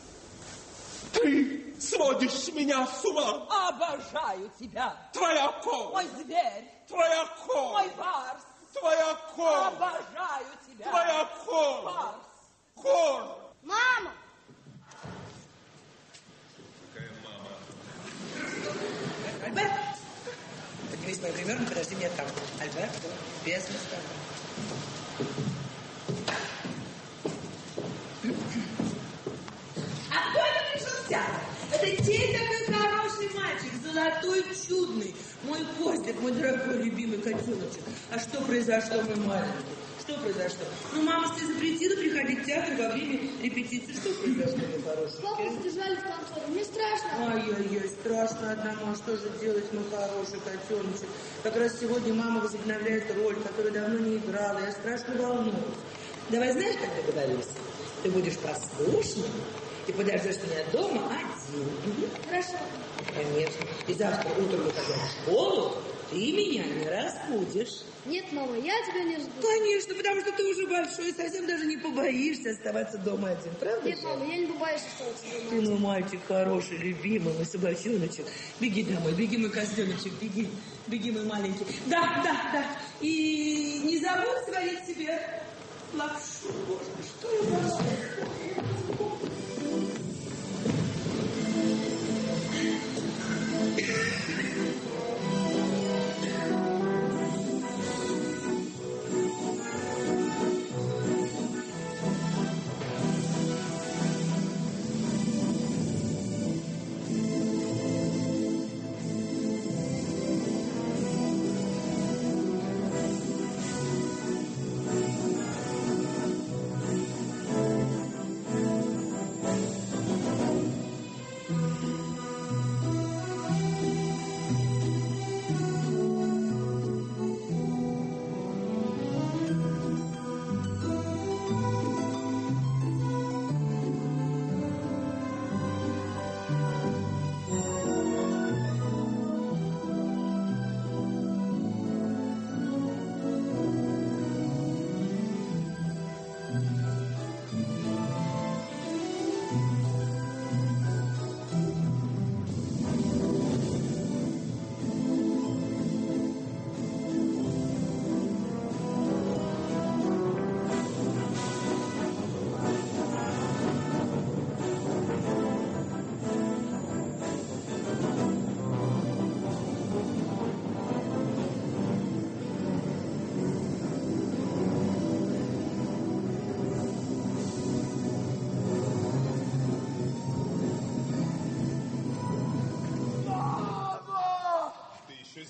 S16: Ты сводишь меня с ума.
S12: Обожаю тебя.
S16: Твоя кожа.
S12: Мой зверь.
S16: Твоя кожа.
S12: Мой барс.
S16: Твоя кожа.
S12: Обожаю тебя.
S16: Твоя кожа.
S12: Барс.
S16: Кожа.
S15: Мама!
S16: Какая мама?
S12: Альберт, поднимись моим примером, подожди меня там. Альберт, без места. А кто это пришел в театр? Это те такой хороший мальчик, золотой, чудный. Мой Костик, мой дорогой, любимый котеночек. А что произошло, мой маленький? Что произошло? Ну, мама тебе запретила приходить в театр во время репетиции. Что произошло, мой хороший?
S15: Папу задержали в танцоре. Мне страшно.
S12: Ай-яй-яй, страшно одному. А что же делать, мой хороший котеночек? Как раз сегодня мама возобновляет роль, которую давно не играла. Я страшно волнуюсь. Давай, знаешь, как договорились? Ты будешь послушным и подождешь меня дома один. Угу.
S15: Хорошо.
S12: Конечно. И завтра утром, выходя в школу, ты меня не разбудишь.
S15: Нет, мама, я тебя не жду.
S12: Конечно, потому что ты уже большой, совсем даже не побоишься оставаться дома один, правда?
S15: Нет, мама, я не побоюсь оставаться дома
S12: Ты
S15: один.
S12: мой мальчик хороший, любимый, мой собачоночек. Беги домой, беги, мой козленочек, беги, беги, мой маленький. Да, да, да. И не забудь сварить себе лапшу. Боже, что я делаю?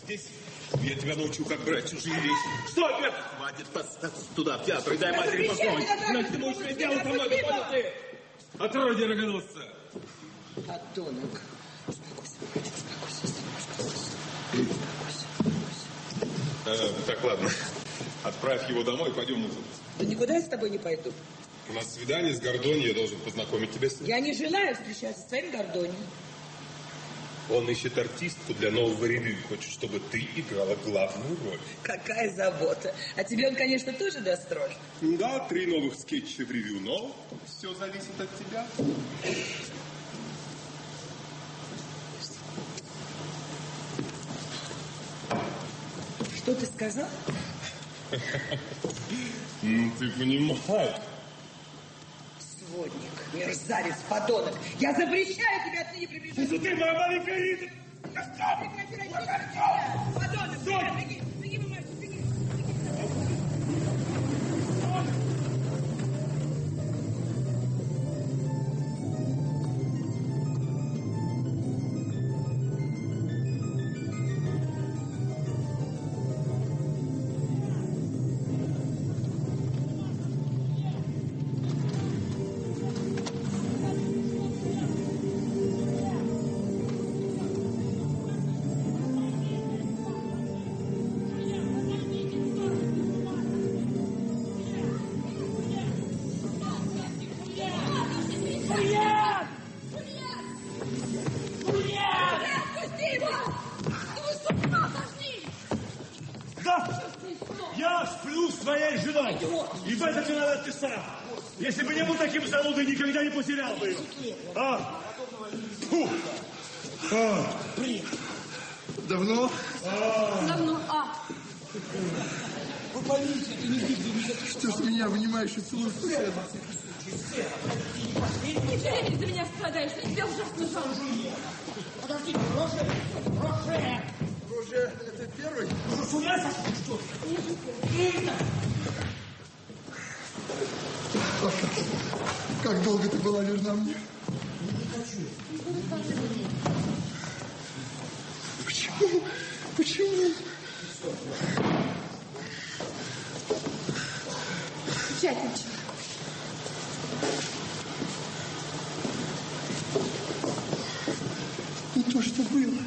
S16: здесь я тебя научу, как брать чужие вещи. Что, Альберт? Хватит, поставь туда, в театр, и дай матери посмотреть. Иначе ты можешь меня делать помогу, понял ты? Отродье рогоносца.
S12: Подонок.
S16: А, так, ладно. Отправь его домой, пойдем на зуб.
S12: Да никуда я с тобой не пойду.
S16: У нас свидание с Гордони, я должен познакомить тебя с ним.
S12: Я не желаю встречаться с твоим Гордони.
S16: Он ищет артистку для нового ревю и хочет, чтобы ты играла главную роль.
S12: Какая забота. А тебе он, конечно, тоже даст роль.
S16: Да, три новых скетча в ревю, но все зависит от тебя.
S12: Что ты сказал?
S16: Ну, ты понимаешь.
S12: Сводник, мерзавец, подонок. Я запрещаю тебе отныне приближаться.
S16: Ну, ты моя маленькая Рита.
S12: Подонок, беги, беги, беги, беги.
S2: Если бы не был таким занудой, никогда не потерял бы его. А? Фу. А.
S9: Давно?
S2: А.
S10: Давно, а.
S9: Вы полиция, ты не видите. Что с меня вынимаешь и целуешь соседа?
S10: Не жалеешь, за меня страдаешь, я тебя ужасно жалко.
S2: Подождите, Роже, Роже.
S9: Роже, это первый?
S2: Вы с ума сошли, что ли?
S9: Как долго ты была верна мне?
S2: Не хочу.
S9: Почему? Почему?
S10: Печатничай.
S9: И то, что было.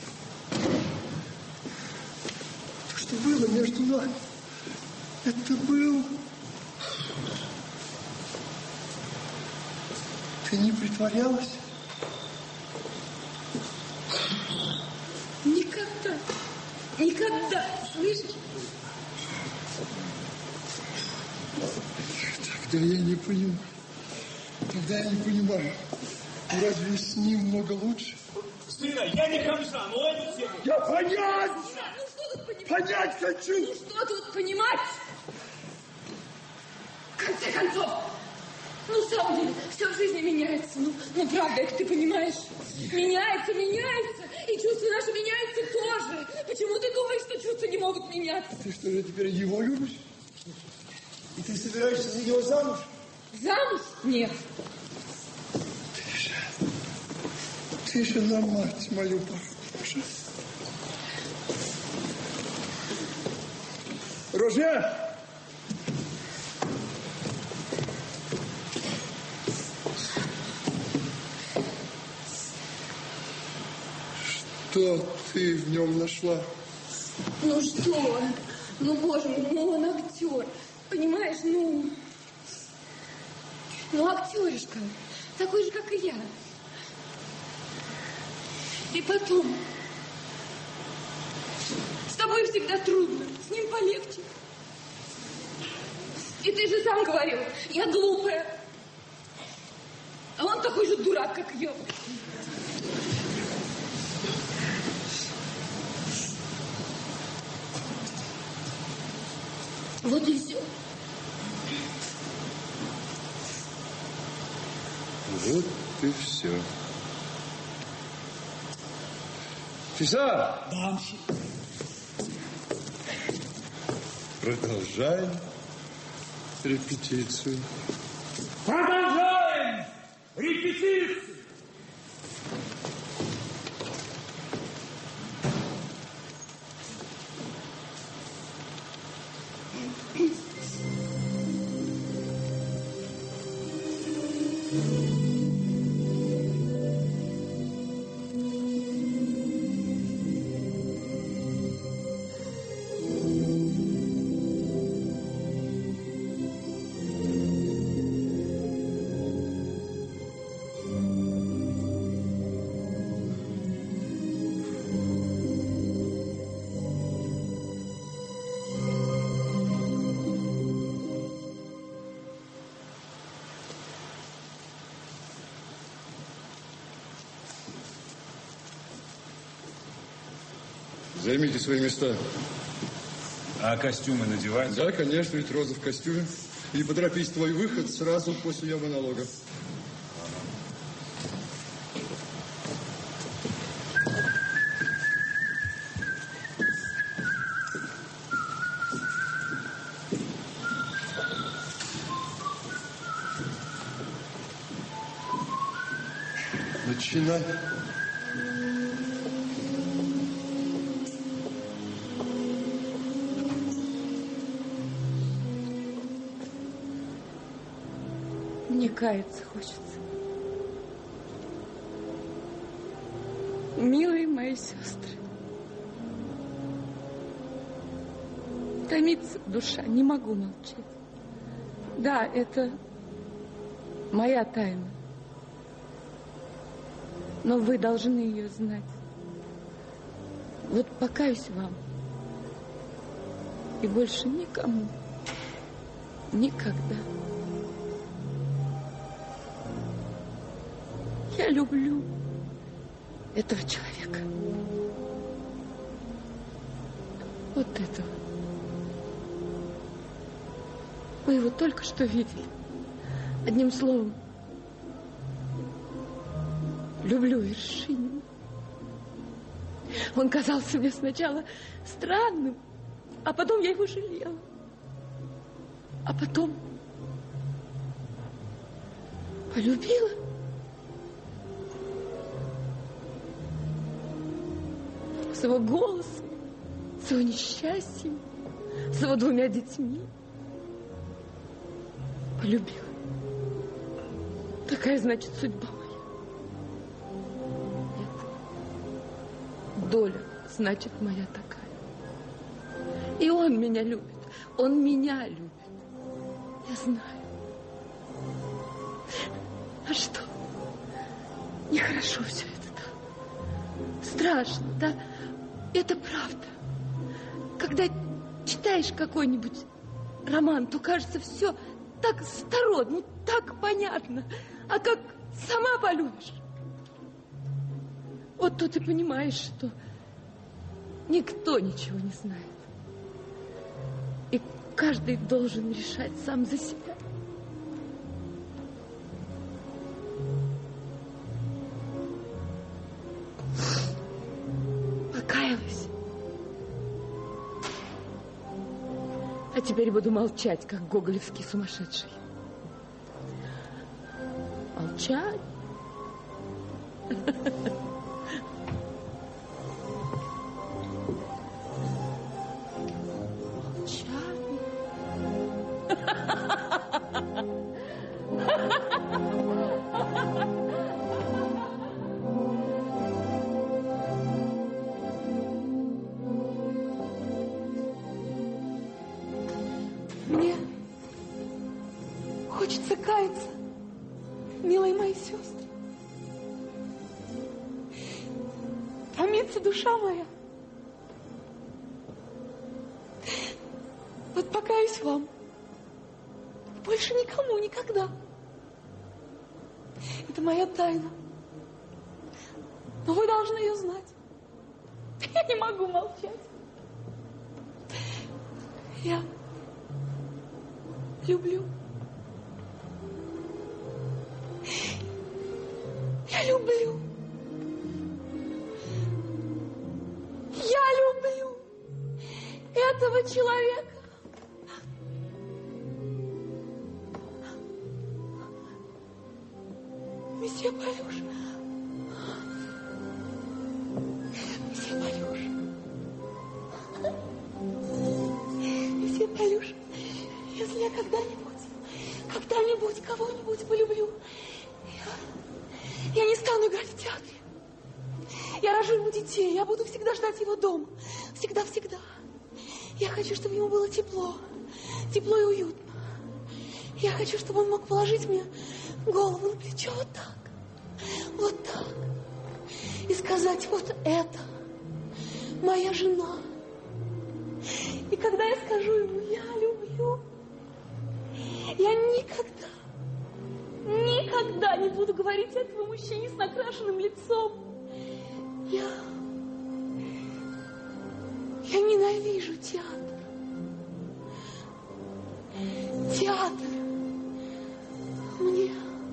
S9: То, что было между нами. Это был... Ты не притворялась?
S10: Никогда. Никогда. Слышишь?
S9: Тогда я не понимаю. Тогда я не понимаю. Разве с ним много лучше?
S2: Сына, я не хамжа, но эту тему...
S9: Я понять!
S10: Ну что тут понимать?
S9: Понять хочу!
S10: Ну что тут понимать? В конце концов, ну, в самом деле, все в жизни меняется. Ну, ну, правда, это ты понимаешь? Меняется, меняется. И чувства наши меняются тоже. Почему ты думаешь, что чувства не могут меняться?
S9: Ты что же теперь его любишь? И ты собираешься за него замуж?
S10: Замуж? Нет.
S9: Ты же... Ты же на мать мою похожа. Роже! Что ты в нем нашла?
S10: Ну что? Ну, боже мой, ну он актер. Понимаешь, ну... Ну, актеришка. Такой же, как и я. И потом... С тобой всегда трудно. С ним полегче. И ты же сам говорил, я глупая. А он такой же дурак, как я. Вот и все.
S9: Вот и все. Фиса!
S2: Да, мсье.
S9: Продолжаем репетицию.
S2: Продолжаем репетицию.
S17: Займите свои места.
S7: А костюмы надевать?
S17: Да, конечно, ведь Роза в костюме. И поторопись, твой выход сразу после ее монолога.
S9: Начинай.
S10: Мне каяться хочется. Милые мои сестры, томится душа, не могу молчать. Да, это моя тайна. Но вы должны ее знать. Вот покаюсь вам. И больше никому. Никогда. Я люблю этого человека. Вот этого. Вы его только что видели. Одним словом, люблю Вершинина. Он казался мне сначала странным, а потом я его жалела. А потом полюбила. С его голосом, с его несчастьем, с его двумя детьми. Полюбила. Такая, значит, судьба моя. Нет. Доля, значит, моя такая. И он меня любит. Он меня любит. Я знаю. А что? Нехорошо все это, да? Страшно, да? Это правда. Когда читаешь какой-нибудь роман, то кажется все так старо, ну так понятно. А как сама полюбишь, вот тут и понимаешь, что никто ничего не знает. И каждый должен решать сам за себя. Покаялась. А теперь буду молчать, как гоголевский сумасшедший. Молчать. Мне хочется каяться, милые мои сестры. Томится душа моя. Вот покаюсь вам. Больше никому, никогда. Это моя тайна. Но вы должны ее знать. Я не могу молчать. Я люблю. Я люблю. Я люблю этого человека. Месье Полюш. Месье Полюш. Месье Полюш, если я когда-нибудь, когда-нибудь кого-нибудь полюблю, я, я не стану играть в театре. Я рожу ему детей, я буду всегда ждать его дома. Всегда-всегда. Я хочу, чтобы ему было тепло. Тепло и уютно. Я хочу, чтобы он мог положить мне голову на плечо вот так. Вот так. И сказать, вот это моя жена. И когда я скажу ему, я люблю, я никогда, никогда не буду говорить этому мужчине с накрашенным лицом. Я, Я ненавижу театр. Театр мне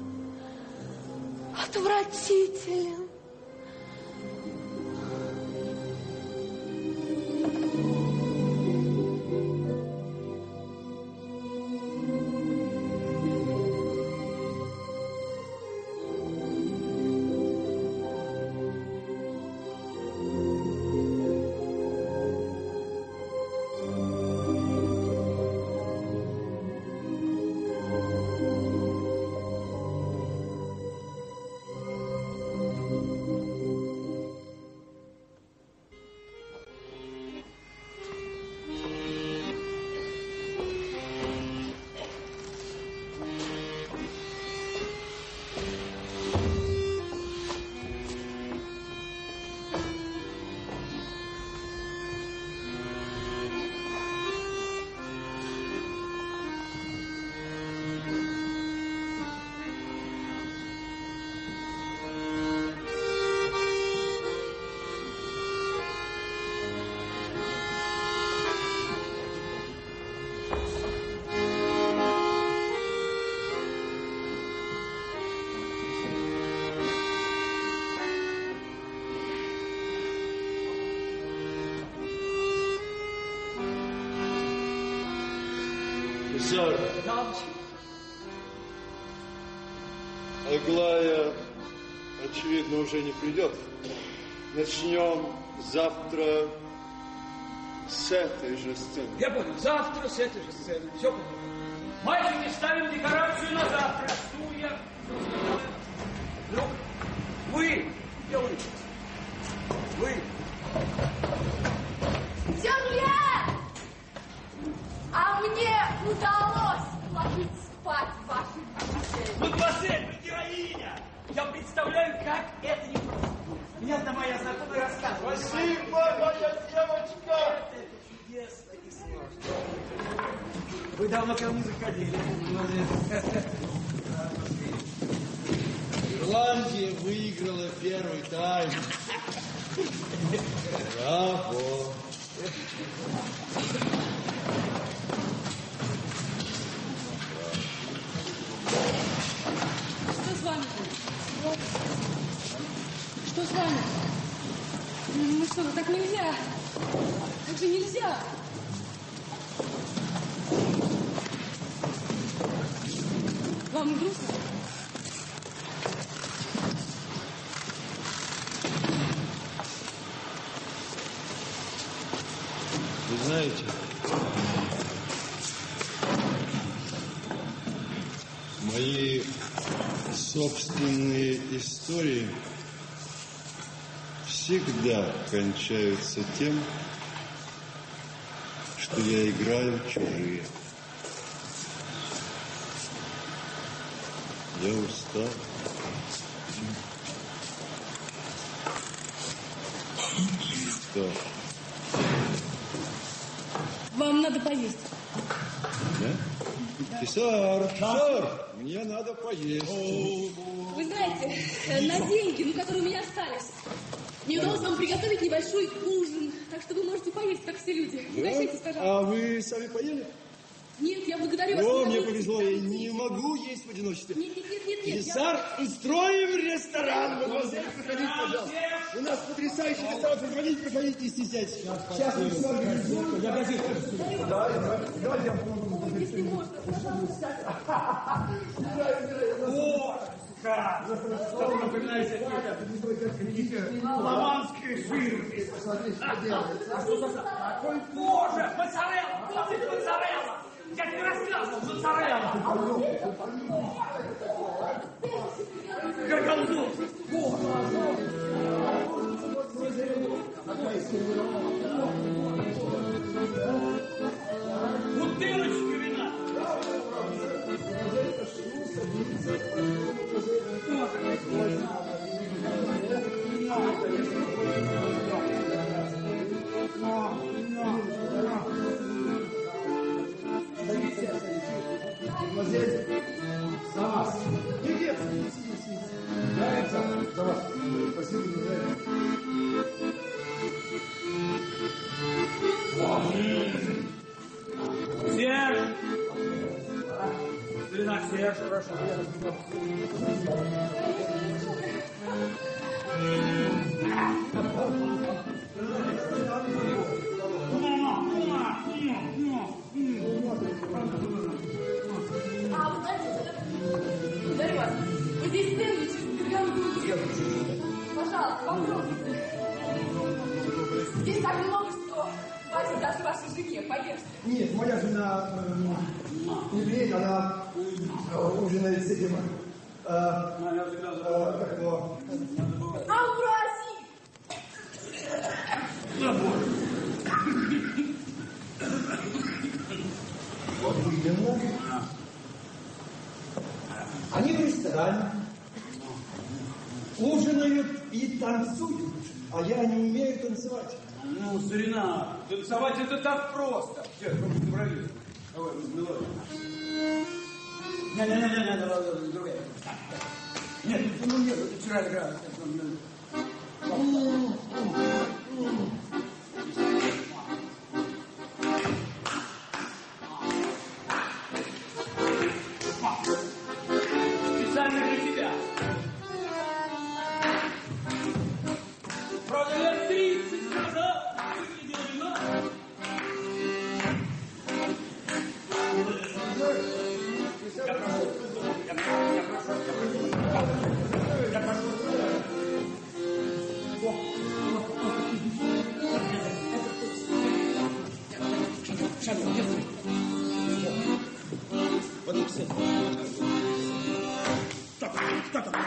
S10: отвратителен.
S9: Зар. Аглая, очевидно, уже не придет. Начнем завтра с этой же сцены.
S8: Я понял. Завтра с этой же сцены. Все понял. Мальчики, ставим декорацию на завтра. Стулья. Ну, вы, делайте. Вы.
S10: Земля! А мне удалось ложить спать ваших детей.
S8: Мадемуазель, вы героиня! Я представляю, как это непросто. Мне одна моя знакомая рассказывала.
S9: Спасибо, моя девочка!
S8: Это чудесно и сложно. Вы давно ко мне заходили.
S9: Ирландия выиграла первый тайм. Браво!
S10: Что с вами? Что с вами? Ну что, ну так нельзя. Так же нельзя. Вам грустно?
S9: Вы знаете, мои собственные истории всегда кончаются тем, что я играю чужие. Я устал. Что?
S10: Вам надо поесть.
S9: Да? Писар, писар, мне надо поесть.
S10: Вы знаете, на деньги, ну, которые у меня остались, мне удалось вам приготовить небольшой ужин. Так что вы можете поесть, как все люди. Угощайтесь, пожалуйста.
S9: А вы сами поели?
S10: Нет, я благодарю вас.
S9: О, мне повезло, я не могу есть в одиночестве.
S10: Нет, нет, нет, нет. нет
S9: Писар,
S10: я...
S9: устроим ресторан. Мадемуазель, проходите, пожалуйста. У нас потрясающий ресторан. Проходите, проходите, не стесняйтесь. Сейчас мы все организуем.
S8: Я газету.
S9: Давай, давай, давай, я
S10: Если можно, пожалуйста.
S8: О, как! Что вы напоминаете какие-то лаванские жиры.
S9: Посмотри, что делается.
S8: А что за... Какой боже! Моцарелла! Помните моцарелла? Я тебе рассказывал, моцарелла! Горгонзол! Бутылочку вина!
S9: Мадемуазель, за вас. Нет, нет, сидите, сидите. Да, за вас. Спасибо, за это.
S11: хорошо, хорошо.
S4: А, вы знаете, благодарю вас. Вы здесь сэндвичи с деревянным. Пожалуйста, попробуйте. Здесь так много, что хватит даже вашей жене, поешьте.
S9: Нет, моя жена э, не еврей, она э, ужинает с этим, э, э, как его...
S4: Амбразий!
S9: Вот именно. Они в ресторане ужинают и танцуют, а я не умею танцевать.
S11: Ну, старина, танцевать это так просто. Все, руки забрали. Давай, мелодия. Не-не-не, давай, давай, другая. Нет, ну нет, это вчера играл.
S8: Специально для тебя. Правда, лет тридцать назад выглядел вино. Я прошу, я прошу, я прошу, я прошу. Шагом, держи. Вот и все. Так, так, так.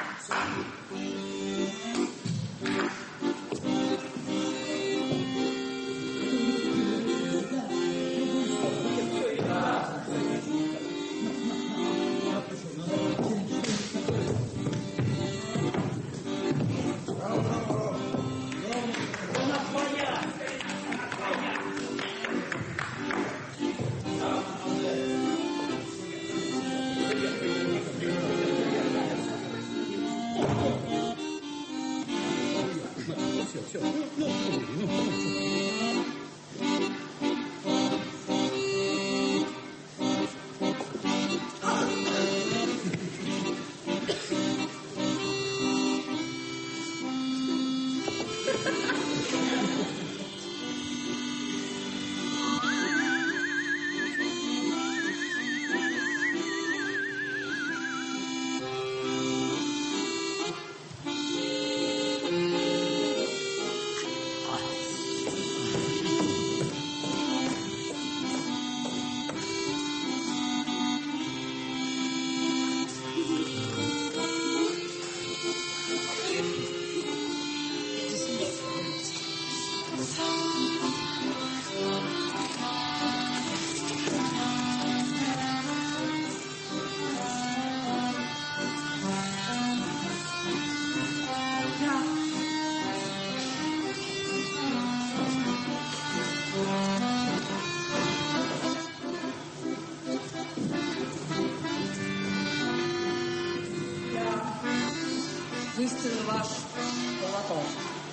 S12: Выставил ваш полотон.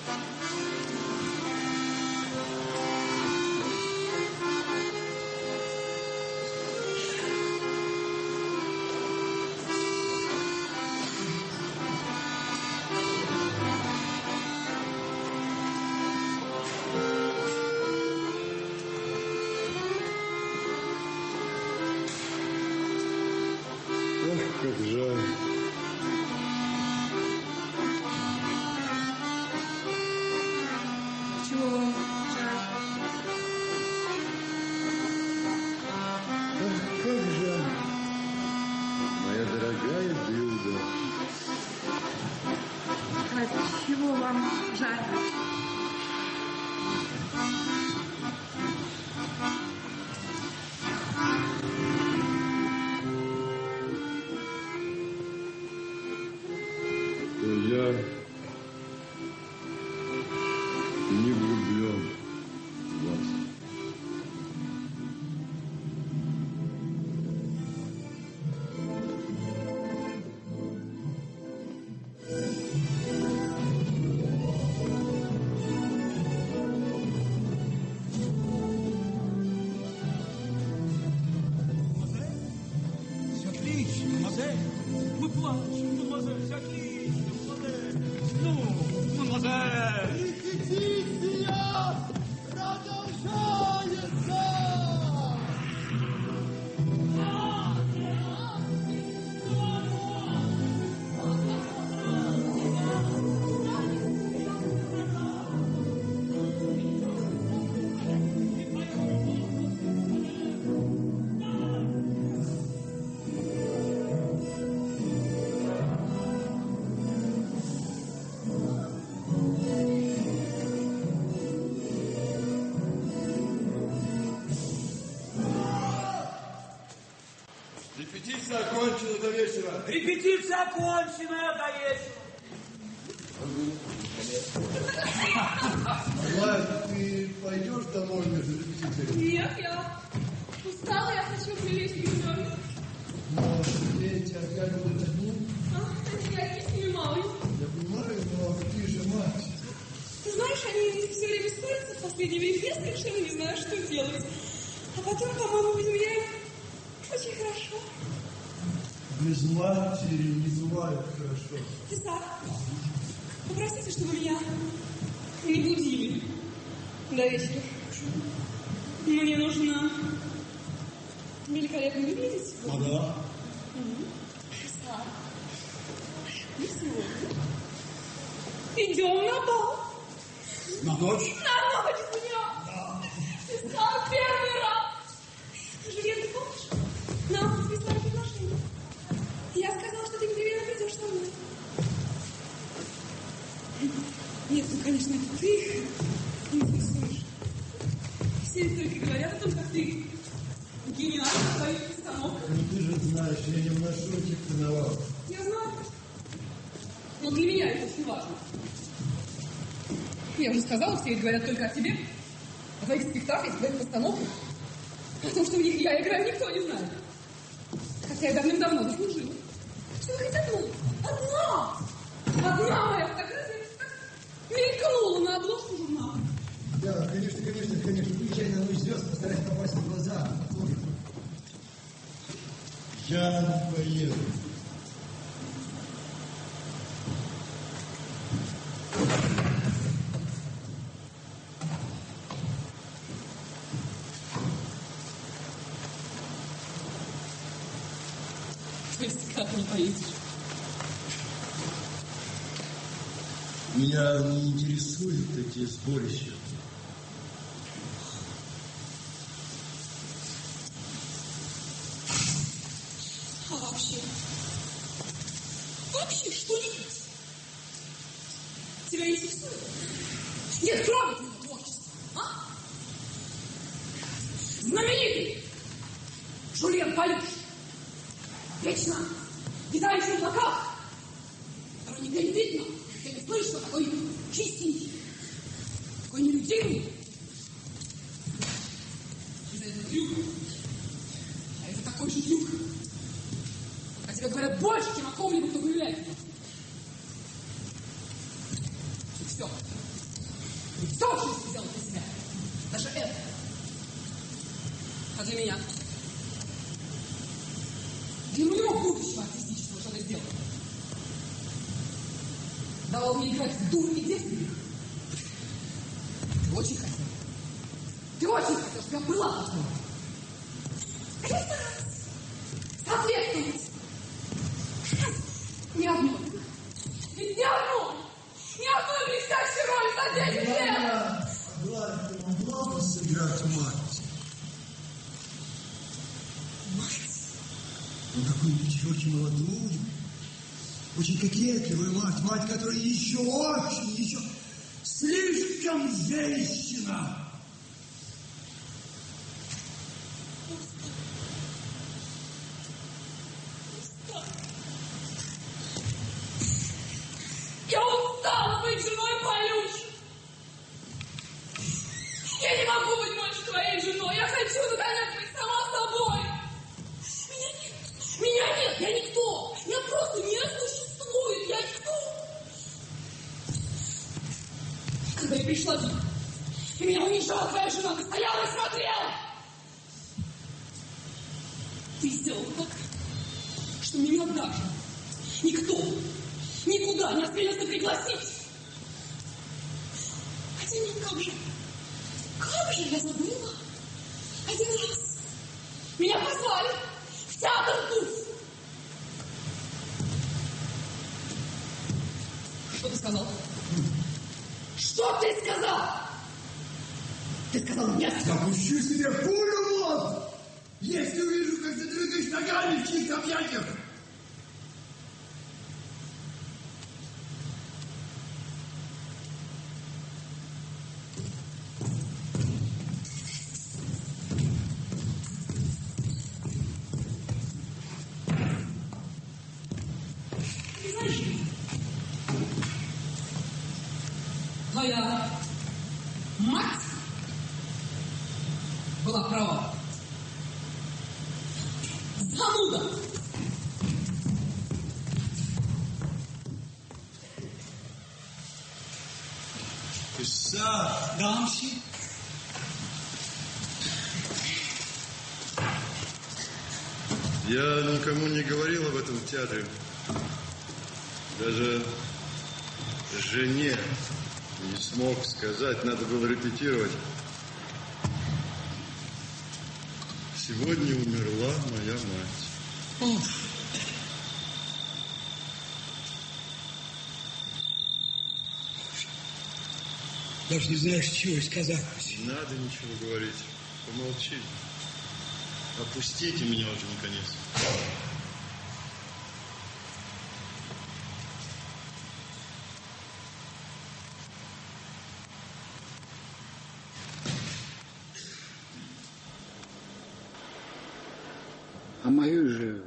S17: Ох, как жаль.
S12: Чего вам жаль?
S17: Ах, как жаль. Моя дорогая Билда.
S12: А чего вам жаль?
S17: Что я не влюблен в вас.
S11: Все отлично, мадемуазель.
S9: окончена до вечера.
S8: Репетиция окончена до вечера.
S9: Влад, ты пойдешь домой между репетициями?
S10: Нет, я устала, я хочу прилечь к Юрию.
S9: Может, дети опять будут одни?
S10: А, я не с ними малый.
S9: Я понимаю, но ты же мать.
S10: Ты знаешь, они все время ссорятся в последнее время. Я совершенно не знаю, что делать. А потом, по-моему, без меня им очень хорошо.
S9: Без матери не бывает хорошо.
S10: Исаак, попросите, чтобы меня не будили до вечера. Мне нужно великолепно выглядеть.
S9: А да?
S10: Исаак, мы сегодня идем на бал.
S9: На ночь?
S10: На ночь с нее. Исаак, первый раз. Жюльен, ты помнишь? Нам прислали приглашение. Я сказала, что ты непременно придешь со мной. Нет, ну, конечно, ты их интересуешь. Все только говорят о том, как ты гениальный в своих постановках.
S9: Ну ты же знаешь, я не вношу этих коновал.
S10: Я знаю. Но для меня это очень важно. Я уже сказала, все говорят только о тебе, о твоих спектаклях, о твоих постановках. О том, что в них я играю, никто не знает. Хотя я давным-давно заслужила. Что хоть одну? Одна! Одна моя фотография мелькнула на обложку журнала.
S9: Да, конечно, конечно, конечно. Приезжай на ночь звезд, постарайся попасть в глаза. Я поеду.
S10: То есть как не поедешь?
S9: Меня не интересуют эти сборища.
S10: А вообще? Вообще что-нибудь? Тебя интересует? Нет, кроме твоего творчества, а? Знаменитый Жюльен Палюш. Вечно витающий в облаках, который нигде не видно, нигде не слышно, такой чистенький, такой нелюдимый. И за этот трюк, а это такой же трюк, о тебе говорят больше, чем о ком-либо, кто появляется. И все. И все в жизни сделал для себя. Даже это. А для меня? Для моего будущего артистического что ты сделал? Давал мне играть в дур и девственник. Ты очень хотел. Ты очень хотел, чтобы я была по-твоему. А я старалась. Соответствовать. Ни одной. Ведь ни одной. Ни одной блестящей роли за десять лет.
S9: Влад, ты могла бы сыграть мать?
S10: Мать?
S9: Ну, такую очень молодую, очень кокетливую мать, мать, которая еще очень, еще слишком женщина.
S10: Я устала быть женой Палюши. Я не могу быть больше твоей женой. Я хочу, наконец, быть сама собой. Меня нет. Меня нет. Я никто. Я просто не существую. Я никто. Когда я пришла в них, и меня унижала твоя жена, ты стояла и смотрела. Ты сделал так, что меня даже никто никуда не осмелился пригласить. Хотя нет, как же, как же я забыла. Один раз меня позвали в театр Туф. Что ты сказал? Что ты сказал? Ты сказал нет.
S9: Я пущу себе пулю в лоб, если увижу, как ты двигаешь ногами в чьих-то объятиях.
S12: мать была права. Зануда!
S9: Ça, Gramsci? Я никому не говорил об этом в театре. Даже жене не смог сказать, надо было репетировать. Сегодня умерла моя мать. Уф.
S11: Даже не знаешь, чего сказать.
S9: Не надо ничего говорить. Помолчи. Отпустите меня уже, наконец.
S11: А мою же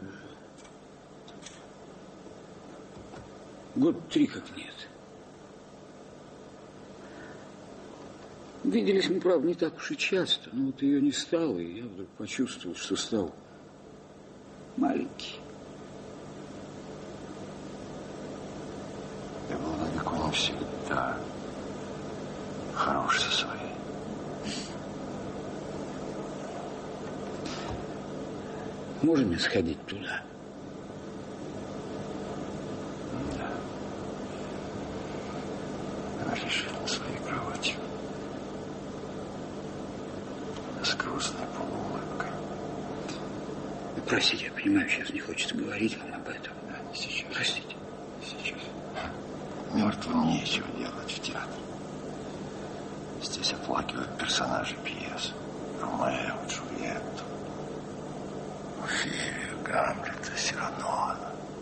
S11: год три как нет. Виделись мы, правда, не так уж и часто, но вот ее не стало, и я вдруг почувствовал, что стал маленький.
S6: Я был далеко не всегда хорош со своей.
S11: Можем ли сходить туда?
S6: Да. Она лежит на своей кровати. С грустной полуулыбкой.
S11: Простите, я понимаю, сейчас не хочется говорить вам об этом.
S6: Да, не сейчас.
S11: Простите.
S6: Сейчас. Мертвым нечего делать в театре. Здесь оплакивают персонажи пьес. Ромео, Джульетту, Офелию, Гамлета, Сирано.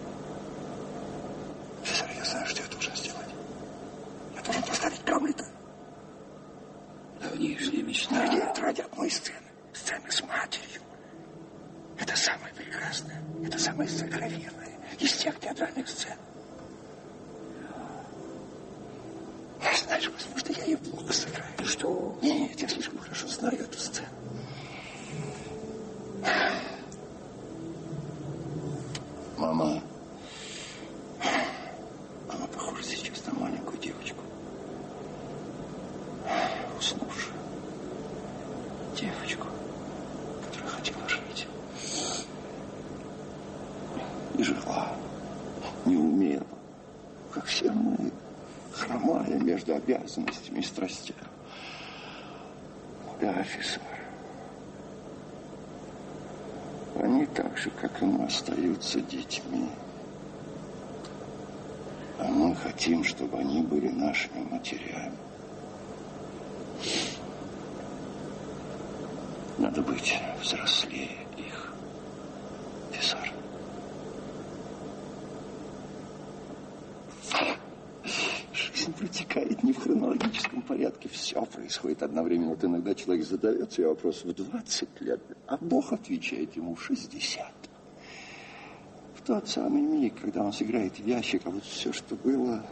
S6: Цезарь, я знаю, что я должен сделать. Я должен поставить Гамлета.
S11: Давнишняя мечта.
S6: Нет, ради одной сцены. Сцены с матерью. Это самое прекрасное. Это самое сокровенное из всех театральных сцен. Знаешь, возможно, я ее плохо сыграю.
S11: Что?
S6: Нет, я слишком хорошо знаю эту сцену. Мама. Она похожа сейчас на маленькую девочку. Уснувшую. Девочку, которая хотела жить. И жила. Не умела. Как все мы. Хромая между обязанностями и страстями. Да, офицер. Они так же, как и мы, остаются детьми. А мы хотим, чтобы они были нашими матерями. Надо быть взрослее их, офицер. Жизнь протекает не в хронологическом порядке. Все происходит одновременно. Вот иногда человек задает себе вопрос в двадцать лет, а Бог отвечает ему в шестьдесят. В тот самый миг, когда он сыграет в ящик, а вот все, что было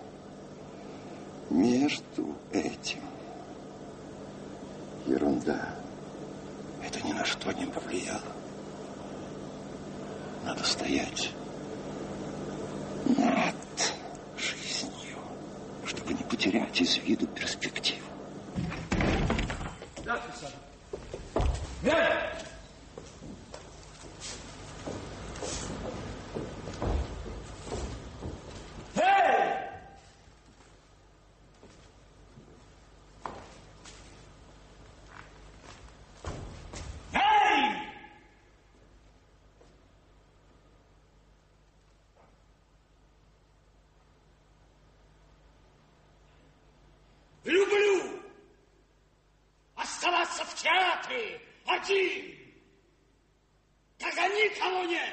S6: между этим, ерунда. Это ни на что не повлияло. Надо стоять над жизнью, чтобы не потерять из виду перспективу.
S8: Да, офицер. Глянь! Эй! Эй! Люблю оставаться в театре один, когда никого нет,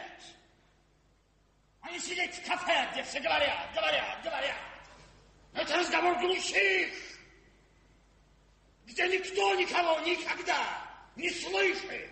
S8: а не сидеть в кафе, где все говорят, говорят, говорят. Это разговор глухих, где никто никого никогда не слышит.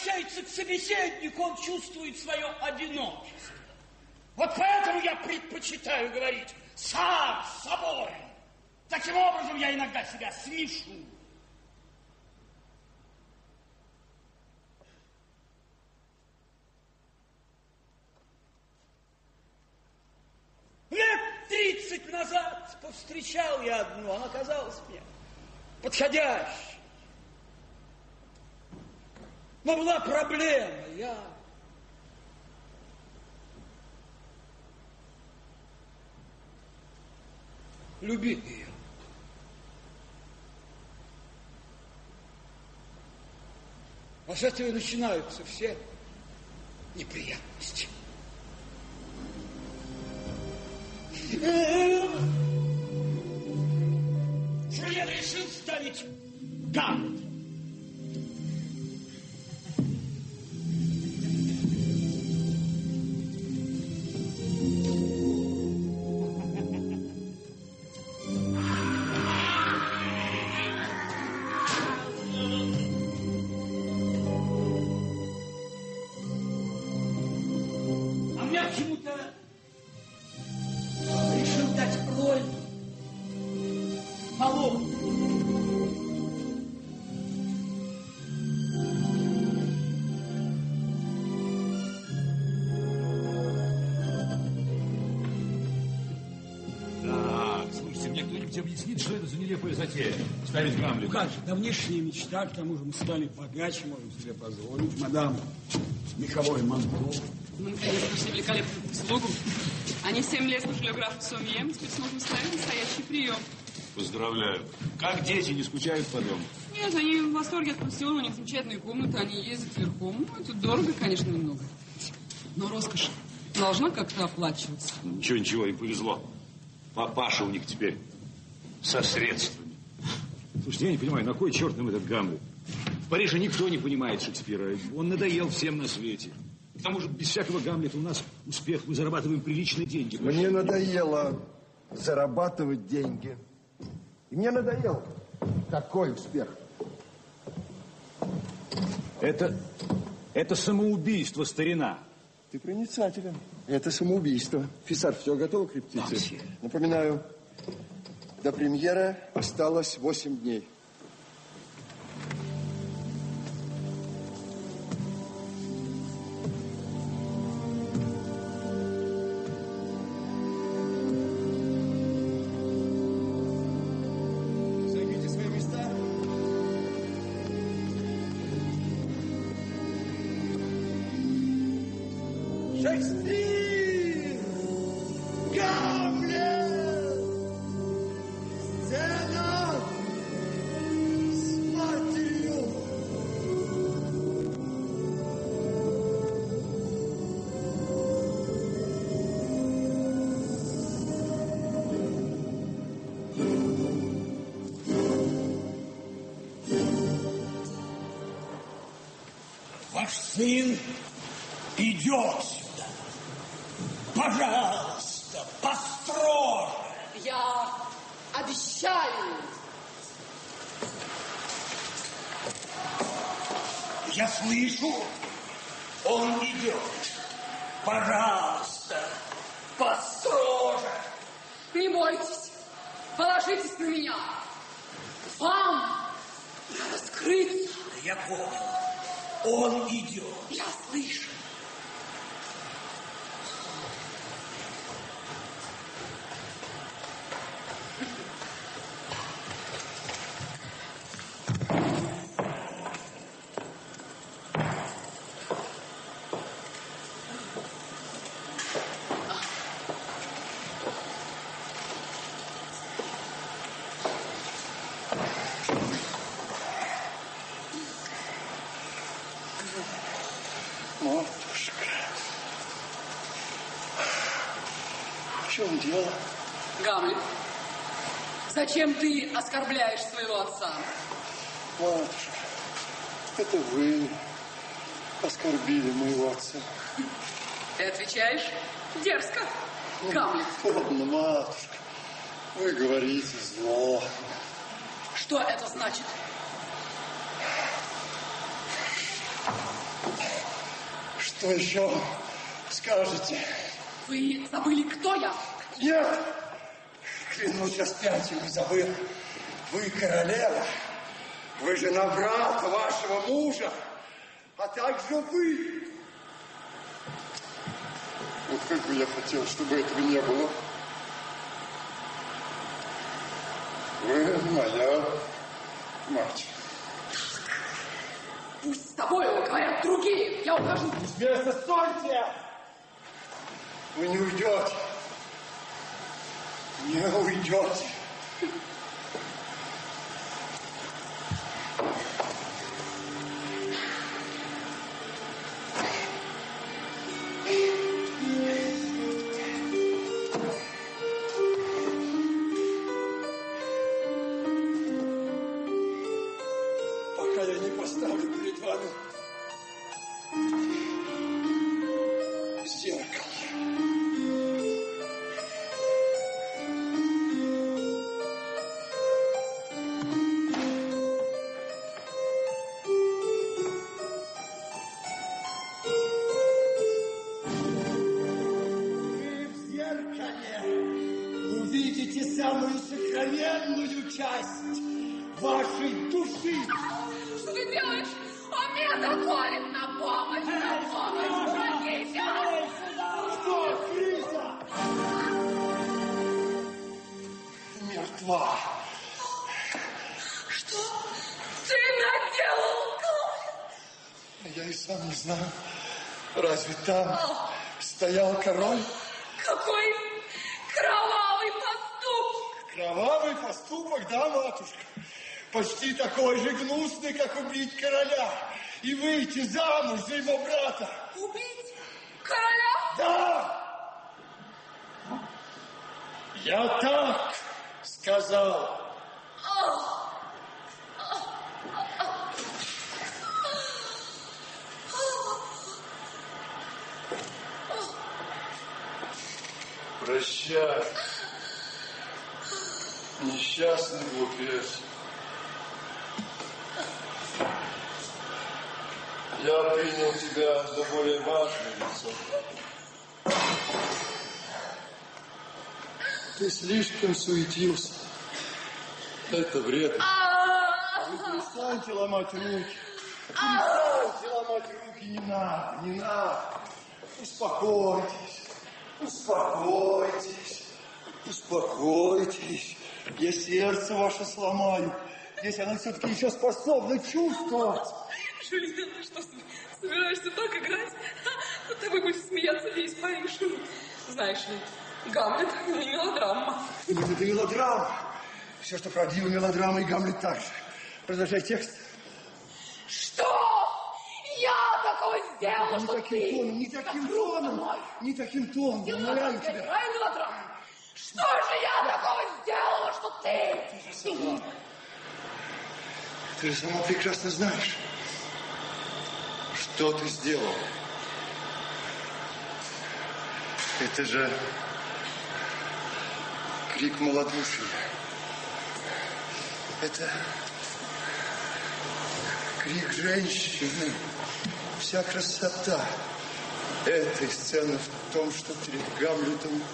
S8: обращается к собеседнику, он чувствует свое одиночество. Вот поэтому я предпочитаю говорить сам с собой. Таким образом я иногда себя смешу. Лет тридцать назад повстречал я одну, она казалась мне подходящей. Но была проблема, я любил ее. А с этого начинаются все неприятности. Что я решил ставить Гамлет.
S11: Что это за нелепая затея? Ставить Гамлета.
S8: Ну как же, давнишняя мечта, к тому же мы стали богаче, можем себе позволить. Мадам, меховое манто.
S4: Мы наконец нашли великолепную прислугу. Они семь лет служили у графа Сомье, теперь сможем ставить настоящий прием.
S7: Поздравляю. Как дети не скучают по дому?
S4: Нет, они в восторге от пансиона, у них замечательные комнаты, они ездят верхом. Ну, это дорого, конечно, немного. Но роскошь должна как-то оплачиваться.
S7: Ничего, ничего, им повезло. Папаша у них теперь со средствами.
S11: Слушайте, я не понимаю, на кой черт нам этот Гамлет? В Париже никто не понимает Шекспира. Он надоел всем на свете. К тому же, без всякого Гамлета у нас успех. Мы зарабатываем приличные деньги.
S6: Мне надоело зарабатывать деньги. И мне надоело такой успех.
S11: Это, это самоубийство, старина.
S6: Ты проницателен. Это самоубийство. Фисар, все готово к репетиции? Да, напоминаю, до премьеры осталось восемь дней.
S9: Займите свои места.
S8: Шекспир! Гамлет! Сцена с матерью! Ваш сын идет сюда. Пожалуйста, построже.
S10: Я обещаю.
S8: Я слышу, он идет. Пожалуйста, построже.
S10: Не бойтесь, положитесь на меня. Вам раскрыться.
S8: Я понял, он идет.
S10: Я слышу.
S6: Матушка, в чем дело?
S10: Гамлет, зачем ты оскорбляешь своего отца?
S6: Матушка, это вы оскорбили моего отца.
S10: Ты отвечаешь дерзко, Гамлет.
S6: Ладно, матушка, вы говорите зло.
S10: Что это значит?
S9: Что еще скажете?
S10: Вы забыли, кто я?
S9: Нет! Клянусь, распятием не забыл. Вы королева. Вы жена брата вашего мужа. А также вы. Вот как бы я хотел, чтобы этого не было. Вы моя мать.
S10: Пусть с тобою говорят другие. Я ухожу.
S9: Вместо стойте! Вы не уйдете. Не уйдете. Пока я не поставлю перед вами зеркало. Самую сокровенную часть вашей души.
S10: Что ты делаешь? Он меня догонит на помощь, на помощь, помогите!
S9: Что, Крisa? Мертва.
S10: Что ты наделал, Колин?
S9: Я и сам не знаю. Разве там стоял король?
S10: Какой кровавый поступок!
S9: Кровавый поступок, да, матушка? Почти такой же гнусный, как убить короля и выйти замуж за его брата.
S10: Убить короля?
S9: Да! Я так сказал. Прощай, несчастный глупец. Я принял тебя за более важное лицо. Ты слишком суетился. Это вредно. Вы перестаньте ломать руки. Перестаньте ломать руки. Не надо, не надо. Успокойтесь. Успокойтесь. Успокойтесь. Я сердце ваше сломаю, если оно все-таки еще способно чувствовать.
S10: Жюльен, ты что, собираешься так играть? Над тобой будет смеяться весь Париж. Знаешь ли, Гамлет не мелодрама.
S9: Нет, это мелодрама. Все, что правдиво, мелодрама и Гамлет также. Продолжай текст.
S10: Что я такого сделала,
S9: не
S10: что
S9: таким
S10: ты...
S9: тоном, не таким тоном, не таким тоном, я умоляю тебя.
S10: Играй мелодраму. Что же я такого сделала, что ты...
S9: Ты же сама, ты же сама прекрасно знаешь, что ты сделал. Это же крик малодушия. Это крик женщины. Вся красота этой сцены в том, что перед Гамлетом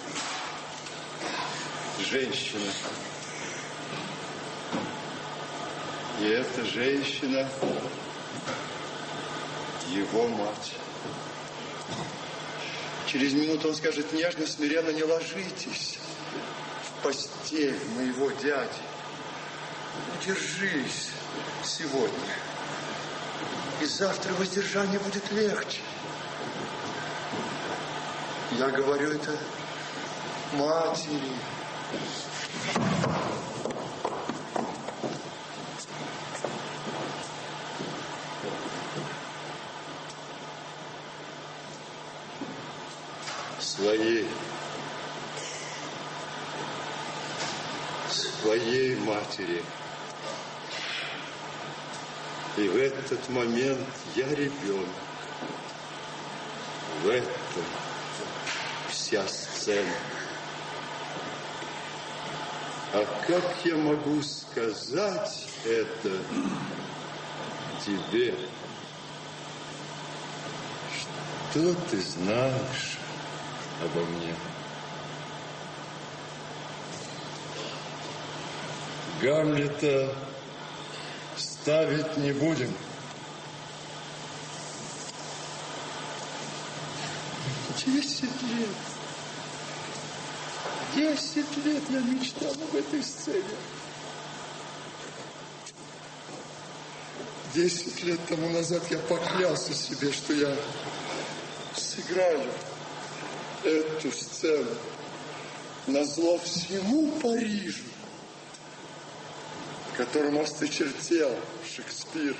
S9: женщина. И эта женщина его мать. Через минуту он скажет нежно, смиренно: не ложитесь в постель моего дяди. Удержись сегодня, и завтра воздержание будет легче. Я говорю это матери. Своей, своей матери. И в этот момент я ребенок. В этом вся сцена. А как я могу сказать это тебе,
S6: Что ты знаешь обо мне? Гамлета ставить не будем. Десять лет. Десять лет я мечтал об этой сцене. Десять лет тому назад я поклялся себе, что я сыграю эту сцену назло всему Парижу, которому осточертел Шекспир.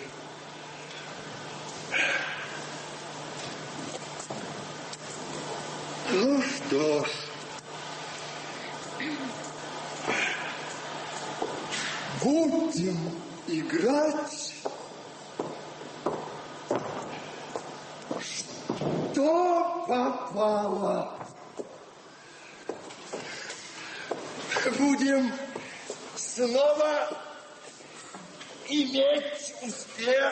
S6: Ну что ж, будем играть, что попало. Будем снова иметь успех.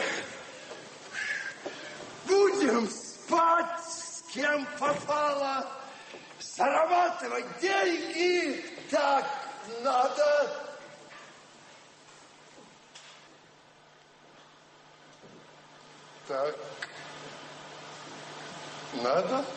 S6: Будем спать с кем попало, зарабатывать деньги так надо. Так надо.